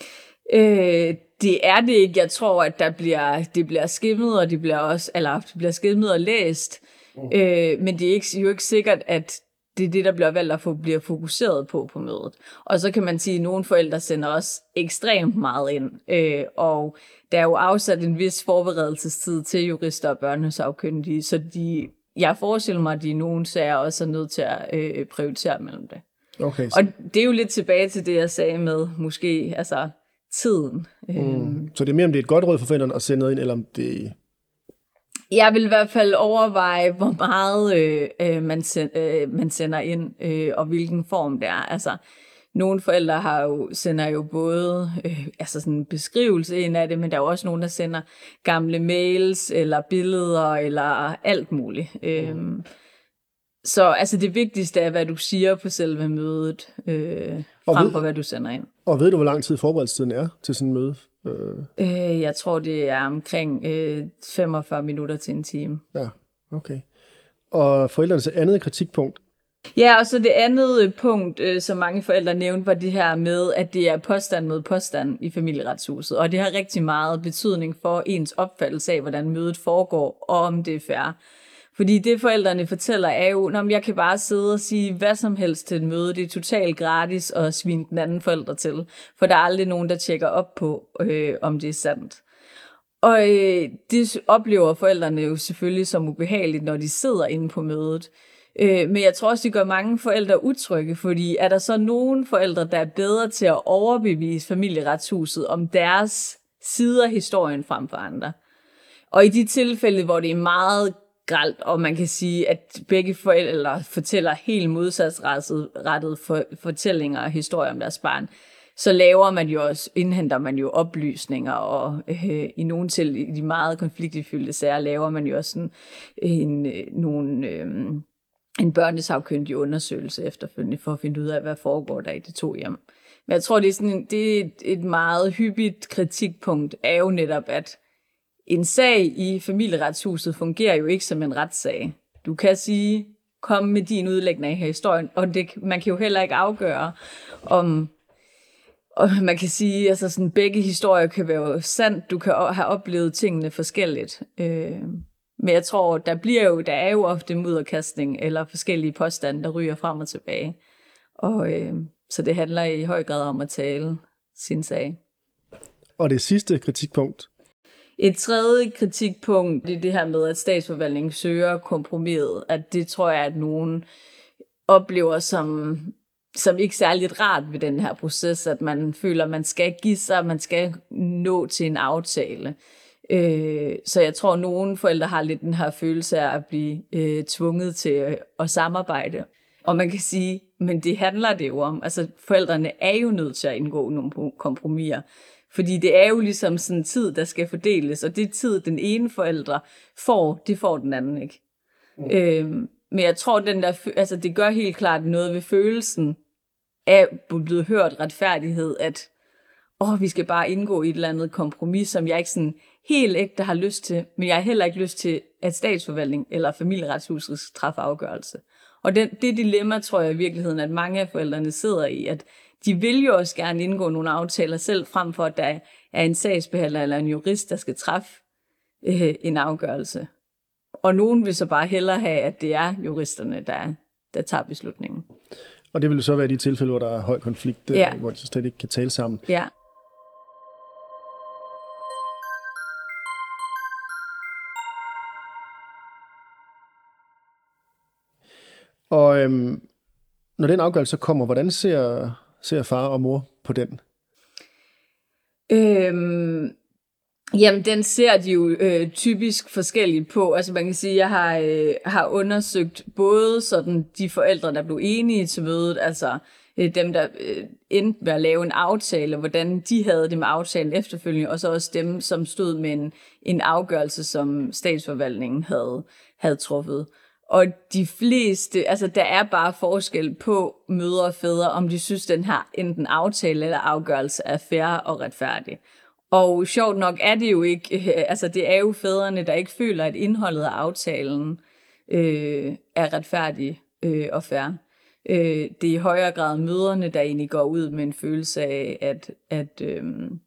Øh, det er det ikke. Jeg tror, at der bliver, det bliver skimmet, og det bliver også, eller det bliver skimmet og læst. Mm. Øh, men det er ikke, jo ikke sikkert, at det er det, der bliver valgt at få, bliver fokuseret på på mødet. Og så kan man sige, at nogle forældre sender også ekstremt meget ind. Øh, og der er jo afsat en vis forberedelsestid til jurister og børnesagkyndige, så de, jeg forestiller mig, at de i nogle sager også er nødt til at øh, prioritere mellem det. Okay, så. Og det er jo lidt tilbage til det, jeg sagde med måske, altså tiden. Mm. Så det er mere, om det er et godt råd for forældrene at sende noget ind, eller om det... Jeg vil i hvert fald overveje, hvor meget øh, man, send, øh, man sender ind, øh, og hvilken form det er. Altså, nogle forældre har jo, sender jo både øh, altså sådan en beskrivelse ind af det, men der er jo også nogen, der sender gamle mails, eller billeder, eller alt muligt. Mm. Øhm, så altså, det vigtigste er, hvad du siger på selve mødet, øh, frem for hvad du sender ind. Og ved du, hvor lang tid forberedelsestiden er til sådan et møde? Øh, jeg tror, det er omkring øh, femogfyrre minutter til en time. Ja, okay. Og forældrenes andet kritikpunkt? Ja, og så det andet punkt, øh, som mange forældre nævnte, var det her med, at det er påstand mod påstand i Familieretshuset. Og det har rigtig meget betydning for ens opfattelse af, hvordan mødet foregår, og om det er fair. Fordi det forældrene fortæller er jo, at jeg kan bare sidde og sige hvad som helst til et møde. Det er totalt gratis at svine den anden forælder til. For der er aldrig nogen, der tjekker op på, øh, om det er sandt. Og øh, det oplever forældrene jo selvfølgelig som ubehageligt, når de sidder inde på mødet. Øh, men jeg tror også, det gør mange forældre utrygge, fordi er der så nogle forældre, der er bedre til at overbevise Familieretshuset om deres side af historien frem for andre. Og i de tilfælde, hvor det er meget grelt, og man kan sige, at begge forældre fortæller helt modsatrettede for, fortællinger og historier om deres barn, så laver man jo også, indhenter man jo oplysninger, og øh, i nogle til i de meget konfliktfyldte sager laver man jo også sådan en, nogle, øh, en børnesagkyndig undersøgelse efterfølgende, for at finde ud af, hvad foregår der i de to hjem. Men jeg tror, det er, sådan en, det er et, et meget hyppigt kritikpunkt, er jo netop, at en sag i Familieretshuset fungerer jo ikke som en retssag. Du kan sige, kom med din udlægning af historien, og det, man kan jo heller ikke afgøre, om og man kan sige, altså sådan, begge historier kan være sandt, du kan have oplevet tingene forskelligt. Øh, men jeg tror, der bliver jo, der er jo ofte mudderkastning eller forskellige påstande, der ryger frem og tilbage. Og øh, så det handler i høj grad om at tale sin sag. Og det sidste kritikpunkt? Et tredje kritikpunkt, det er det her med, at statsforvaltningen søger kompromiset. At det tror jeg, at nogen oplever som, som ikke særligt rart ved den her proces, at man føler, at man skal give sig, man skal nå til en aftale. Øh, så jeg tror, at nogle forældre har lidt den her følelse af at blive øh, tvunget til at, at samarbejde. Og man kan sige, men det handler det jo om. Altså forældrene er jo nødt til at indgå nogle kompromiser. Fordi det er jo ligesom sådan en tid, der skal fordeles, og det tid, den ene forælder får, det får den anden ikke. Mm. Øhm, men jeg tror, den der, altså det gør helt klart noget ved følelsen af blevet hørt retfærdighed, at åh, vi skal bare indgå i et eller andet kompromis, som jeg ikke sådan helt ægte har lyst til, men jeg har heller ikke lyst til, at statsforvaltning eller Familieretshuset skal træffe afgørelse. Og det, det dilemma, tror jeg i virkeligheden, at mange af forældrene sidder i, at de vil jo også gerne indgå nogle aftaler selv, frem for at der er en sagsbehandler eller en jurist, der skal træffe øh, en afgørelse. Og nogen vil så bare hellere have, at det er juristerne, der, der tager beslutningen. Og det vil så være de tilfælde, hvor der er høj konflikt, ja. hvor de så slet ikke kan tale sammen. Ja. Og øhm, når den afgørelse kommer, hvordan ser, ser far og mor på den? Øhm, jamen, den ser de jo øh, typisk forskelligt på. Altså man kan sige, at jeg har, øh, har undersøgt både sådan de forældre, der blev enige til mødet, altså øh, dem, der øh, endte med at lave en aftale, hvordan de havde det med aftalen efterfølgende, og så også dem, som stod med en, en afgørelse, som statsforvaltningen havde, havde truffet. Og de fleste, altså der er bare forskel på mødre og fædre, om de synes, den her enten aftale eller afgørelse er fair og retfærdig. Og sjovt nok er det jo ikke, altså det er jo fædrene, der ikke føler, at indholdet af aftalen øh, er retfærdig øh, og fair. Øh, det er i højere grad mødrene, der egentlig går ud med en følelse af, at, at, øh,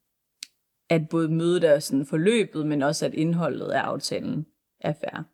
at både mødet er sådan forløbet, men også at indholdet af aftalen er fair.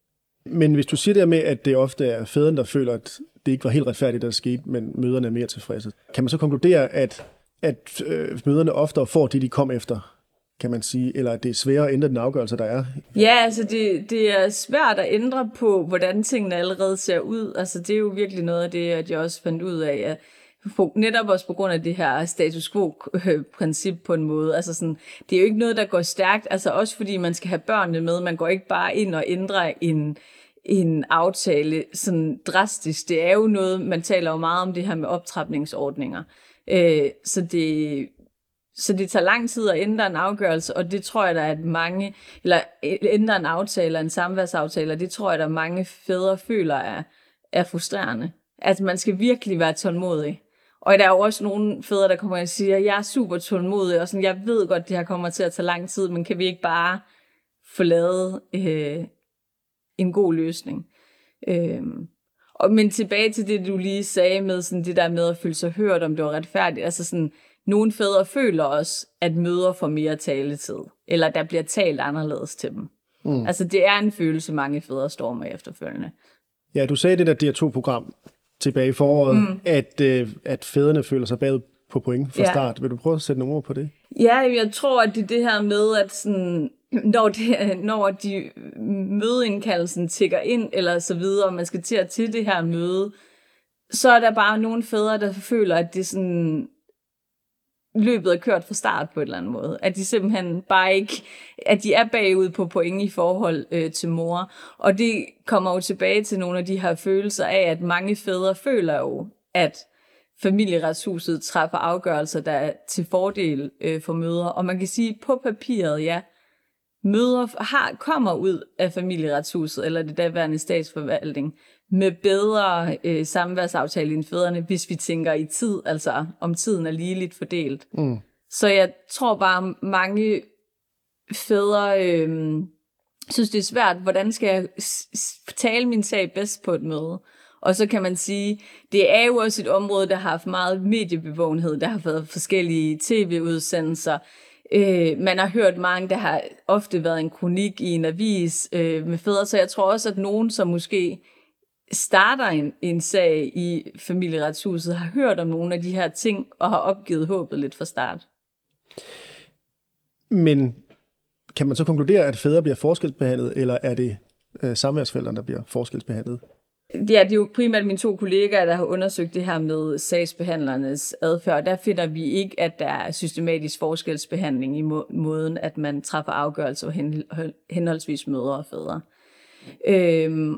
Men hvis du siger der med, at det ofte er fædrene, der føler, at det ikke var helt retfærdigt, der skete, men mødrene er mere tilfredse, kan man så konkludere, at, at øh, mødrene oftere får det, de kom efter, kan man sige, eller at det er sværere at ændre den afgørelse, der er? Ja, altså det, det er svært at ændre på, hvordan tingene allerede ser ud. Altså det er jo virkelig noget af det, at jeg også fandt ud af, at netop også på grund af det her status quo-princip på en måde. Altså sådan, det er jo ikke noget, der går stærkt, altså også fordi man skal have børnene med. Man går ikke bare ind og ændrer en, en aftale sådan drastisk. Det er jo noget, man taler jo meget om det her med optrapningsordninger. Øh, så, det, så det tager lang tid at ændre en afgørelse, og det tror jeg, der er at mange, eller ændre en aftale, en samværsaftale, og det tror jeg, der mange fædre føler er, er frustrerende. Altså man skal virkelig være tålmodig. Og der er jo også nogle fædre, der kommer og siger, jeg er super tålmodig, og sådan, jeg ved godt, det her kommer til at tage lang tid, men kan vi ikke bare få lavet øh, en god løsning? Øh, og, men tilbage til det, du lige sagde med sådan det der med at føle sig hørt, om det var retfærdigt. Altså sådan, nogle fædre føler også, at mødre får mere taletid, eller der bliver talt anderledes til dem. Mm. Altså det er en følelse, mange fædre står med efterfølgende. Ja, du sagde det der D R to-program tilbage i foråret, mm. at, øh, at fædrene føler sig bagud på point fra ja. start. Vil du prøve at sætte nogle ord på det? Ja, jeg tror, at det er det her med, at sådan, når, det, når de mødeindkaldelsen tikker ind, eller så videre, og man skal til at til det her møde, så er der bare nogle fædre, der føler, at det sådan løbet er kørt fra start på et eller andet måde. At de simpelthen bare ikke, at de er bagud på point i forhold øh, til mor. Og det kommer jo tilbage til nogle af de her følelser af, at mange fædre føler jo, at Familieretshuset træffer afgørelser, der er til fordel øh, for mødre. Og man kan sige, på papiret, ja, mødre har, kommer ud af Familieretshuset, eller det daværende statsforvaltning, med bedre øh, samværsaftale end fædrene, hvis vi tænker i tid, altså om tiden er ligeligt fordelt. Mm. Så jeg tror bare, mange fædre øh, synes, det er svært, hvordan skal jeg tale min sag bedst på et møde? Og så kan man sige, det er jo også et område, der har haft meget mediebevågenhed, der har været forskellige tv-udsendelser. Øh, man har hørt mange, der har ofte været en kronik i en avis øh, med fædre, så jeg tror også, at nogen, som måske starter en, en sag i Familieretshuset, har hørt om nogle af de her ting, og har opgivet håbet lidt fra start. Men kan man så konkludere, at fædre bliver forskelsbehandlet, eller er det øh, samværsforældrene, der bliver forskelsbehandlet? Ja, det er jo primært mine to kollegaer, der har undersøgt det her med sagsbehandlernes adfærd. Der finder vi ikke, at der er systematisk forskelsbehandling i må- måden, at man træffer afgørelser hen- henholdsvis mødre og fædre. Øhm,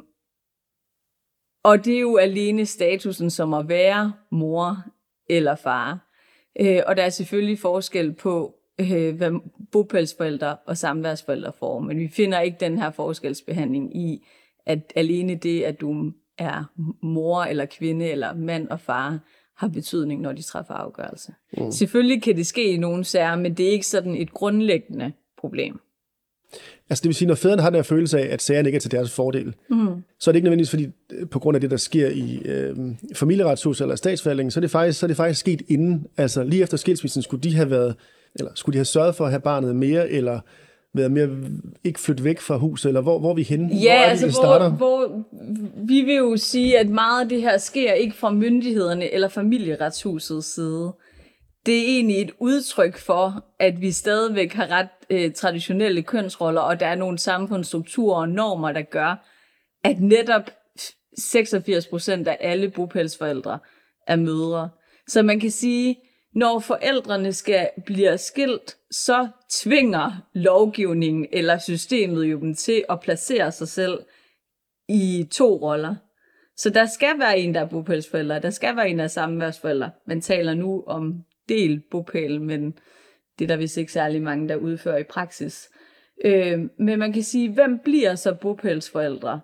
og det er jo alene statusen som at være mor eller far. Øh, og der er selvfølgelig forskel på, øh, hvad bopælsforældre og samværsforældre får. Men vi finder ikke den her forskelsbehandling i, at alene det, at du er mor eller kvinde eller mand og far, har betydning, når de træffer afgørelse. Mm. Selvfølgelig kan det ske i nogle sager, men det er ikke sådan et grundlæggende problem. Altså det vil sige, når fædrene har den her følelse af, at sagerne ikke er til deres fordel, mm. så er det ikke nødvendigvis, fordi på grund af det, der sker i øh, familieretshuset eller statsforvaltningen, så er det faktisk, så er det faktisk sket inden. Altså lige efter skilsmissen skulle de have været, eller skulle de have sørget for at have barnet mere, eller været mere ikke flytte væk fra huset, eller hvor, hvor er vi henne? Ja, hvor er det, altså det starter? Hvor, hvor, vi vil jo sige, at meget af det her sker ikke fra myndighederne eller familieretshusets side. Det er egentlig et udtryk for, at vi stadigvæk har ret øh, traditionelle kønsroller, og der er nogle samfundsstrukturer og normer, der gør, at netop seksogfirs procent af alle bopælsforældre er mødre. Så man kan sige, når forældrene skal blive skilt, så tvinger lovgivningen eller systemet jo dem til at placere sig selv i to roller. Så der skal være en, der er bopælsforældre, der skal være en, der er samværsforældre. Man taler nu om del bopæl, men det er der vist ikke særlig mange, der udfører i praksis. Øh, men man kan sige, hvem bliver så bopælsforældre?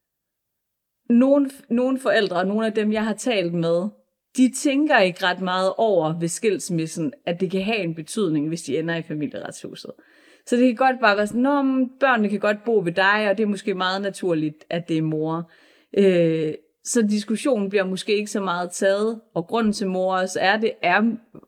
Nogle, nogle forældre, og nogle af dem, jeg har talt med, de tænker ikke ret meget over ved skilsmissen, at det kan have en betydning, hvis de ender i familieretshuset. Så det kan godt bare være sådan, at børnene kan godt bo ved dig, og det er måske meget naturligt, at det er mor. Øh, så diskussionen bliver måske ikke så meget taget, og grunden til mor også er, det er,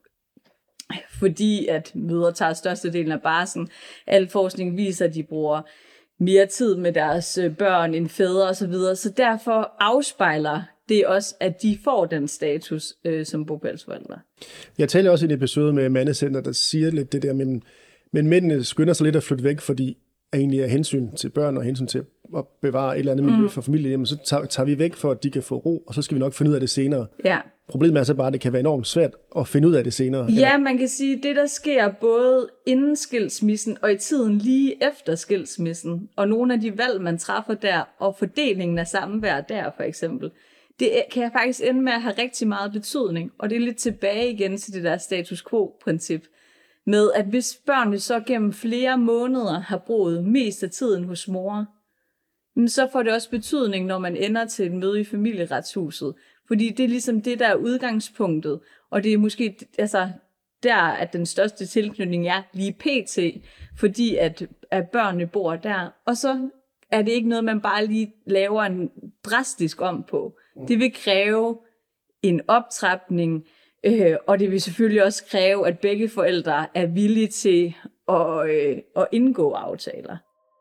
fordi at mødre tager størstedelen af barslen. Al forskning viser, at de bruger mere tid med deres børn end fædre osv., så derfor afspejler det også, at de får den status øh, som bopælsforældre. Jeg taler også i en episode med Mandecenter, der siger lidt det der, men, men mændene skynder sig lidt at flytte væk, fordi egentlig er hensyn til børn og hensyn til at bevare et eller andet miljø mm. for familien, så tager, tager vi væk for, at de kan få ro, og så skal vi nok finde ud af det senere. Ja. Problemet er så bare, at det kan være enormt svært at finde ud af det senere. Ja, eller? Man kan sige, at det, der sker både inden skilsmissen og i tiden lige efter skilsmissen, og nogle af de valg, man træffer der, og fordelingen af samvær der for eksempel, det kan faktisk ende med at have rigtig meget betydning, og det er lidt tilbage igen til det der status quo-princip, med at hvis børnene så gennem flere måneder har brugt mest af tiden hos mor, så får det også betydning, når man ender til et møde i familieretshuset, fordi det er ligesom det, der er udgangspunktet, og det er måske altså, der, at den største tilknytning er lige pt, fordi at, at børnene bor der, og så er det ikke noget, man bare lige laver en drastisk om på. Det vil kræve en optrapning, øh, og det vil selvfølgelig også kræve, at begge forældre er villige til at, øh, at indgå aftaler.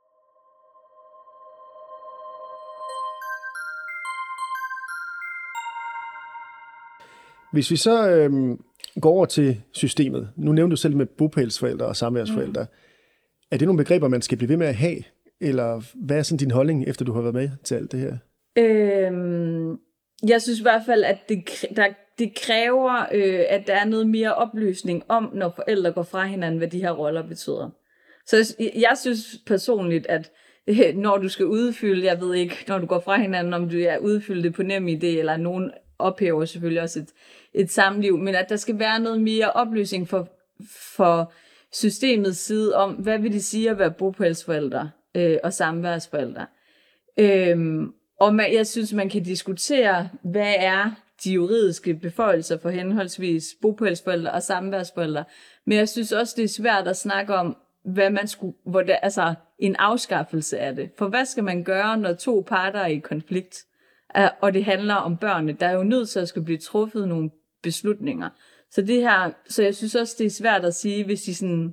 Hvis vi så øh, går over til systemet, nu nævnte du selv med bopælsforældre og samværsforældre, mm. er det nogle begreber, man skal blive ved med at have? Eller hvad er sådan din holdning, efter du har været med til alt det her? Øhm, jeg synes i hvert fald, at det, der, det kræver, øh, at der er noget mere oplysning om, når forældre går fra hinanden, hvad de her roller betyder. Så jeg synes personligt, at øh, når du skal udfylde, jeg ved ikke, når du går fra hinanden, om du er udfyldt det på NemID, eller nogen ophæver selvfølgelig også et, et samliv, men at der skal være noget mere oplysning for, for systemets side om, hvad vil det sige at være bopælsforældre øh, og samværsforældre. Øhm, og man, jeg synes, man kan diskutere, hvad er de juridiske beføjelser for henholdsvis bopælsforældre og samværsforældre. Men jeg synes også, det er svært at snakke om, hvad man skulle, hvor det, altså en afskaffelse af det. For hvad skal man gøre, når to parter er i konflikt? Og det handler om børnene. Der er jo nødt til at skulle blive truffet nogle beslutninger. Så det her, så jeg synes også, det er svært at sige, hvis de sådan,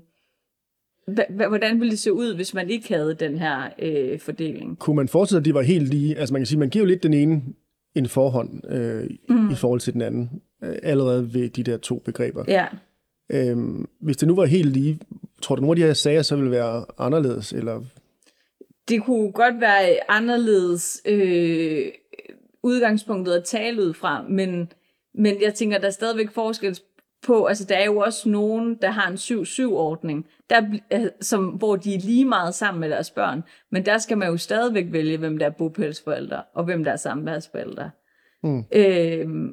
hvordan ville det se ud, hvis man ikke havde den her øh, fordeling? Kunne man forestille, at de var helt lige? Altså man kan sige, man giver jo lidt den ene en forhånd øh, mm. i forhold til den anden, øh, allerede ved de der to begreber. Ja. Øhm, hvis det nu var helt lige, tror du, nogle af de her sager så ville være anderledes? Eller? Det kunne godt være anderledes øh, udgangspunktet at tale ud fra, men, men jeg tænker, der er stadigvæk forskel på, altså der er jo også nogen, der har en syv syv-ordning, der, som, hvor de er lige meget sammen med deres børn, men der skal man jo stadigvæk vælge, hvem der er bopælsforældre, og hvem der er samværsforældre. Mm. Øhm,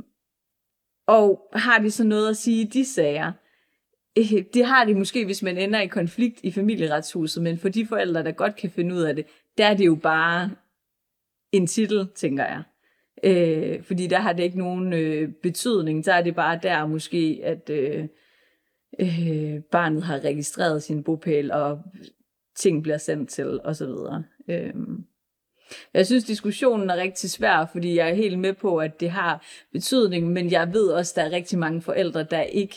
og har de så noget at sige i de sager? Det har de måske, hvis man ender i konflikt i familieretshuset, men for de forældre, der godt kan finde ud af det, der er det jo bare en titel, tænker jeg. Øh, fordi der har det ikke nogen øh, betydning. Så er det bare der måske, at øh, øh, barnet har registreret sin bopæl, og ting bliver sendt til, osv. Øh. Jeg synes, diskussionen er rigtig svær, fordi jeg er helt med på, at det har betydning, men jeg ved også, at der er rigtig mange forældre, der ikke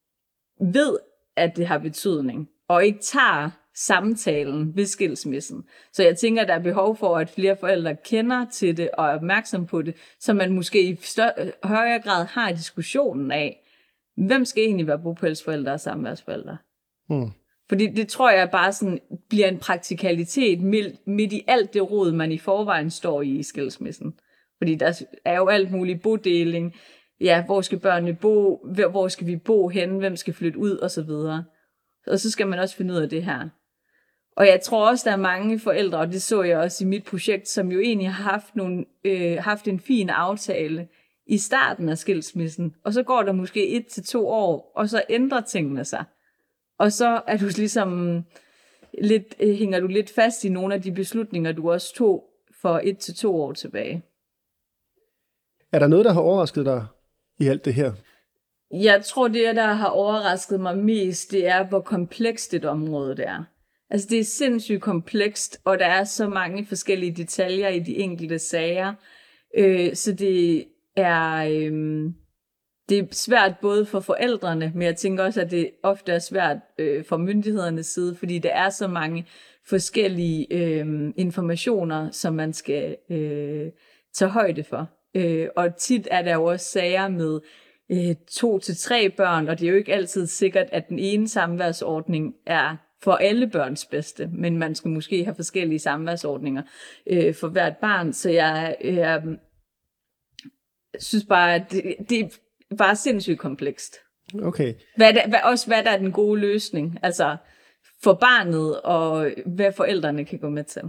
ved, at det har betydning, og ikke tager samtalen ved skilsmissen. Så jeg tænker, der er behov for, at flere forældre kender til det og er opmærksom på det, så man måske i større, højere grad har diskussionen af, hvem skal egentlig være bopælsforældre og samværsforældre. Hmm. Fordi det tror jeg bare sådan bliver en praktikalitet midt, midt i alt det rod, man i forvejen står i i skilsmissen. Fordi der er jo alt muligt bodeling. Ja, hvor skal børnene bo? Hvor skal vi bo henne? Hvem skal flytte ud? Og så videre. Og så skal man også finde ud af det her. Og jeg tror også, der er mange forældre, og det så jeg også i mit projekt, som jo egentlig har haft, nogle, øh, haft en fin aftale i starten af skilsmissen. Og så går der måske et til to år, og så ændrer tingene sig. Og så er du ligesom lidt, øh, hænger du lidt fast i nogle af de beslutninger, du også tog for et til to år tilbage. Er der noget, der har overrasket dig i alt det her? Jeg tror, det, der har overrasket mig mest, det er, hvor komplekst et område det er. Altså, det er sindssygt komplekst, og der er så mange forskellige detaljer i de enkelte sager. Øh, så det er, øh, det er svært både for forældrene, men jeg tænker også, at det ofte er svært øh, for myndighedernes side, fordi der er så mange forskellige øh, informationer, som man skal øh, tage højde for. Øh, og tit er der jo også sager med øh, to til tre børn, og det er jo ikke altid sikkert, at den ene samværsordning er for alle børns bedste, men man skal måske have forskellige samværsordninger øh, for hvert barn. Så jeg øh, synes bare, at det, det er bare sindssygt komplekst. Okay. Hvad der, hvad, også hvad der er den gode løsning, altså for barnet, og hvad forældrene kan gå med til.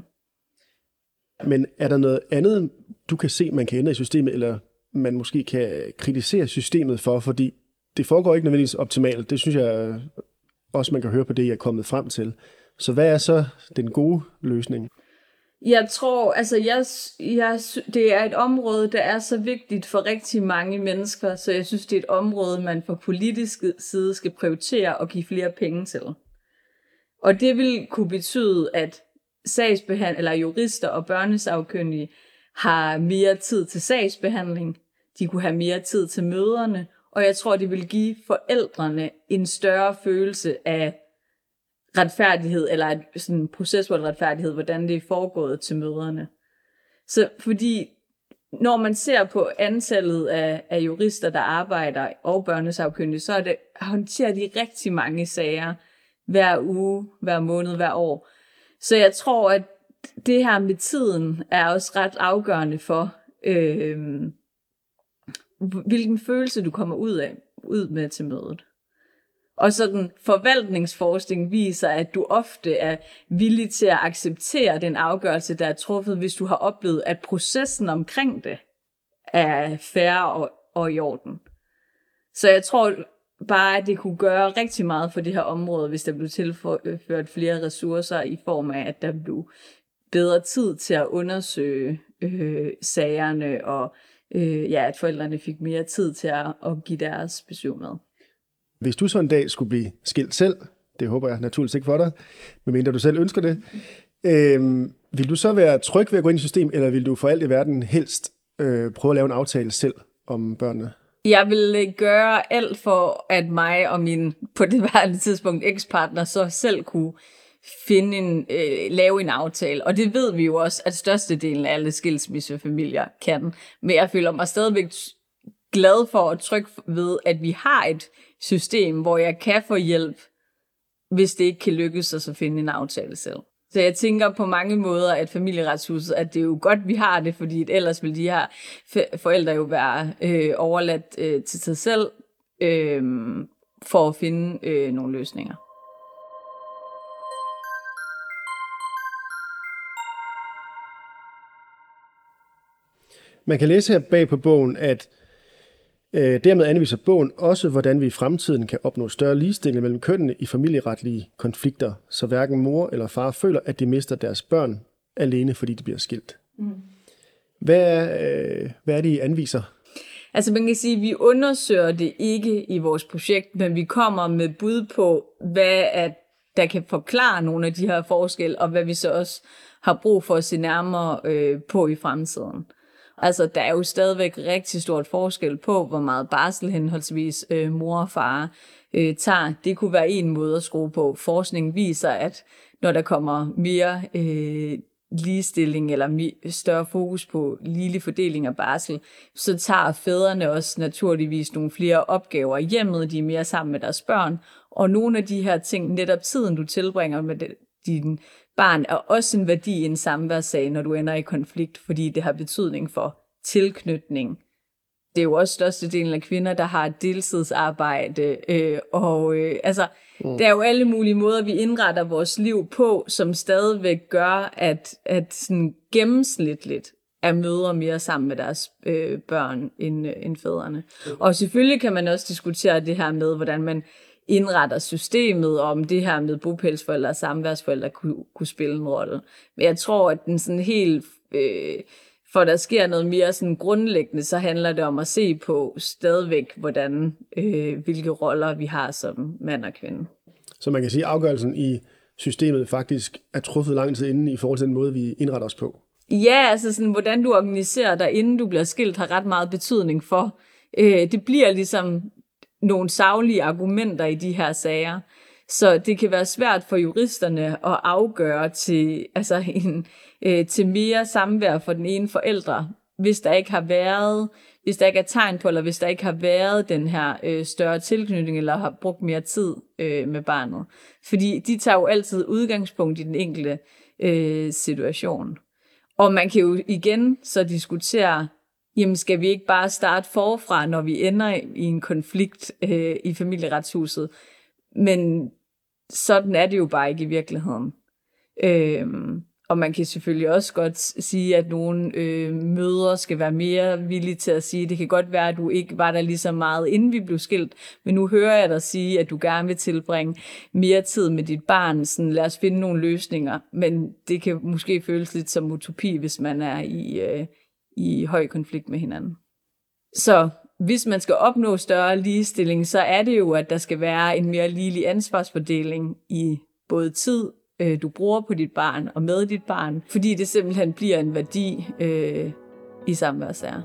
Men er der noget andet, du kan se, man kan ændre i systemet, eller man måske kan kritisere systemet for, fordi det foregår ikke nødvendigvis optimalt. Det synes jeg også, man kan høre på det, jeg er kommet frem til. Så hvad er så den gode løsning? Jeg tror, altså jeg, jeg, det er et område, der er så vigtigt for rigtig mange mennesker, så jeg synes, det er et område, man fra politisk side skal prioritere og give flere penge til. Og det vil kunne betyde, at sagsbehandlere eller jurister og børnesagkyndige har mere tid til sagsbehandling, de kunne have mere tid til møderne, og jeg tror, det vil give forældrene en større følelse af retfærdighed, eller sådan en processuel retfærdighed, hvordan det er foregået til møderne. Så fordi, når man ser på antallet af, af jurister, der arbejder, og børnesagkyndige, så er det, håndterer de rigtig mange sager hver uge, hver måned, hver år. Så jeg tror, at det her med tiden er også ret afgørende for, øh, hvilken følelse du kommer ud af, ud med til mødet. Og sådan forvaltningsforskning viser, at du ofte er villig til at acceptere den afgørelse, der er truffet, hvis du har oplevet, at processen omkring det er fair og, og i orden. Så jeg tror bare, at det kunne gøre rigtig meget for det her område, hvis der blev tilført flere ressourcer i form af, at der blev bedre tid til at undersøge øh, sagerne, og øh, ja, at forældrene fik mere tid til at, at give deres besøg med. Hvis du så en dag skulle blive skilt selv, Det håber jeg naturligvis ikke for dig, medmindre du selv ønsker det. Øhm, vil du så være tryg ved at gå ind i systemet, eller vil du for alt i verden helst øh, prøve at lave en aftale selv om børnene? Jeg vil gøre alt for, at mig og min på det værende tidspunkt ekspartner så selv kunne finde en, øh, lave en aftale. Og det ved vi jo også, at størstedelen af alle skilsmissefamilier kan. Men jeg føler mig stadigvæk glad for og tryg ved, at vi har et system, hvor jeg kan få hjælp, hvis det ikke kan lykkes os at finde en aftale selv. Så jeg tænker på mange måder, at Familieretshuset, at det er jo godt, vi har det, fordi ellers vil de her forældre jo være øh, overladt øh, til sig selv øh, for at finde øh, nogle løsninger. Man kan læse her bag på bogen, at øh, dermed anviser bogen også, hvordan vi i fremtiden kan opnå større ligestilling mellem kønnene i familieretlige konflikter, så hverken mor eller far føler, at de mister deres børn alene, fordi de bliver skilt. Mm. Hvad er, øh, hvad er det, I anviser? Altså man kan sige, at vi undersøger det ikke i vores projekt, men vi kommer med bud på, hvad at der kan forklare nogle af de her forskelle, og hvad vi så også har brug for at se nærmere øh, på i fremtiden. Altså, der er jo stadigvæk rigtig stort forskel på, hvor meget barsel henholdsvis øh, mor og far øh, tager. Det kunne være en måde at skrue på. Forskning viser, at når der kommer mere øh, ligestilling eller mi- større fokus på ligelig fordeling af barsel, så tager fædrene også naturligvis nogle flere opgaver i hjemmet. De er mere sammen med deres børn. Og nogle af de her ting, netop tiden du tilbringer med det, din barn, er også en værdi i en samværssag, når du ender i konflikt, fordi det har betydning for tilknytning. Det er jo også størstedelen af kvinder, der har et deltidsarbejde, øh, og øh, altså, mm. der er jo alle mulige måder, vi indretter vores liv på, som stadigvæk gør, at, at sådan gennemsnitligt er mødre mere sammen med deres øh, børn end, øh, end fædrene. Mm. Og selvfølgelig kan man også diskutere det her med, hvordan man indretter systemet, om det her med bopælsforældre og samværsforældre kunne, kunne spille en rolle. Men jeg tror, at den sådan helt, øh, for der sker noget mere sådan grundlæggende, så handler det om at se på stadigvæk, hvordan, øh, hvilke roller vi har som mand og kvinde. Så man kan sige, at afgørelsen i systemet faktisk er truffet lang tid inden i forhold til den måde, vi indretter os på. Ja, altså sådan, hvordan du organiserer dig, inden du bliver skilt, har ret meget betydning for. Øh, det bliver ligesom nogle saglige argumenter i de her sager. Så det kan være svært for juristerne at afgøre til, altså en, øh, til mere samvær for den ene forælder, hvis der ikke har været, hvis der ikke er tegn på, eller hvis der ikke har været den her øh, større tilknytning, eller har brugt mere tid øh, med barnet. Fordi de tager jo altid udgangspunkt i den enkelte øh, situation. Og man kan jo igen så diskutere, jamen skal vi ikke bare starte forfra, når vi ender i en konflikt øh, i Familieretshuset? Men sådan er det jo bare ikke i virkeligheden. Øhm, og man kan selvfølgelig også godt sige, at nogle øh, mødre skal være mere villige til at sige, det kan godt være, at du ikke var der lige så meget, inden vi blev skilt, men nu hører jeg dig sige, at du gerne vil tilbringe mere tid med dit barn. Sådan, lad os finde nogle løsninger, men det kan måske føles lidt som utopi, hvis man er i... Øh, i høj konflikt med hinanden. Så hvis man skal opnå større ligestilling, så er det jo, at der skal være en mere ligelig ansvarsfordeling i både tid, øh, du bruger på dit barn og med dit barn, fordi det simpelthen bliver en værdi øh, i samværssager.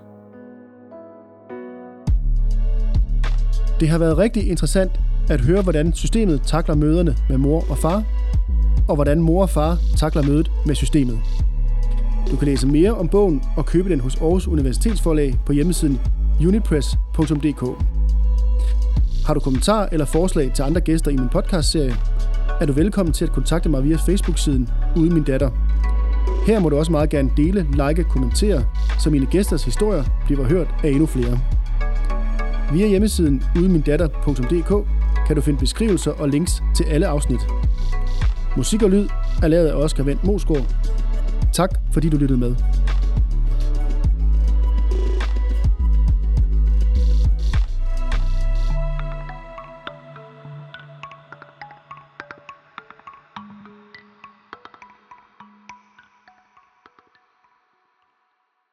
Det har været rigtig interessant at høre, hvordan systemet takler møderne med mor og far, og hvordan mor og far takler mødet med systemet. Du kan læse mere om bogen og købe den hos Aarhus Universitetsforlag på hjemmesiden unipress punktum d k. Har du kommentarer eller forslag til andre gæster i min podcastserie, er du velkommen til at kontakte mig via Facebook-siden Uden Min Datter. Her må du også meget gerne dele, like og kommentere, så mine gæsters historier bliver hørt af endnu flere. Via hjemmesiden uden min datter punktum d k kan du finde beskrivelser og links til alle afsnit. Musik og lyd er lavet af Oscar Wendt Moesgaard. Tak fordi du lyttede med.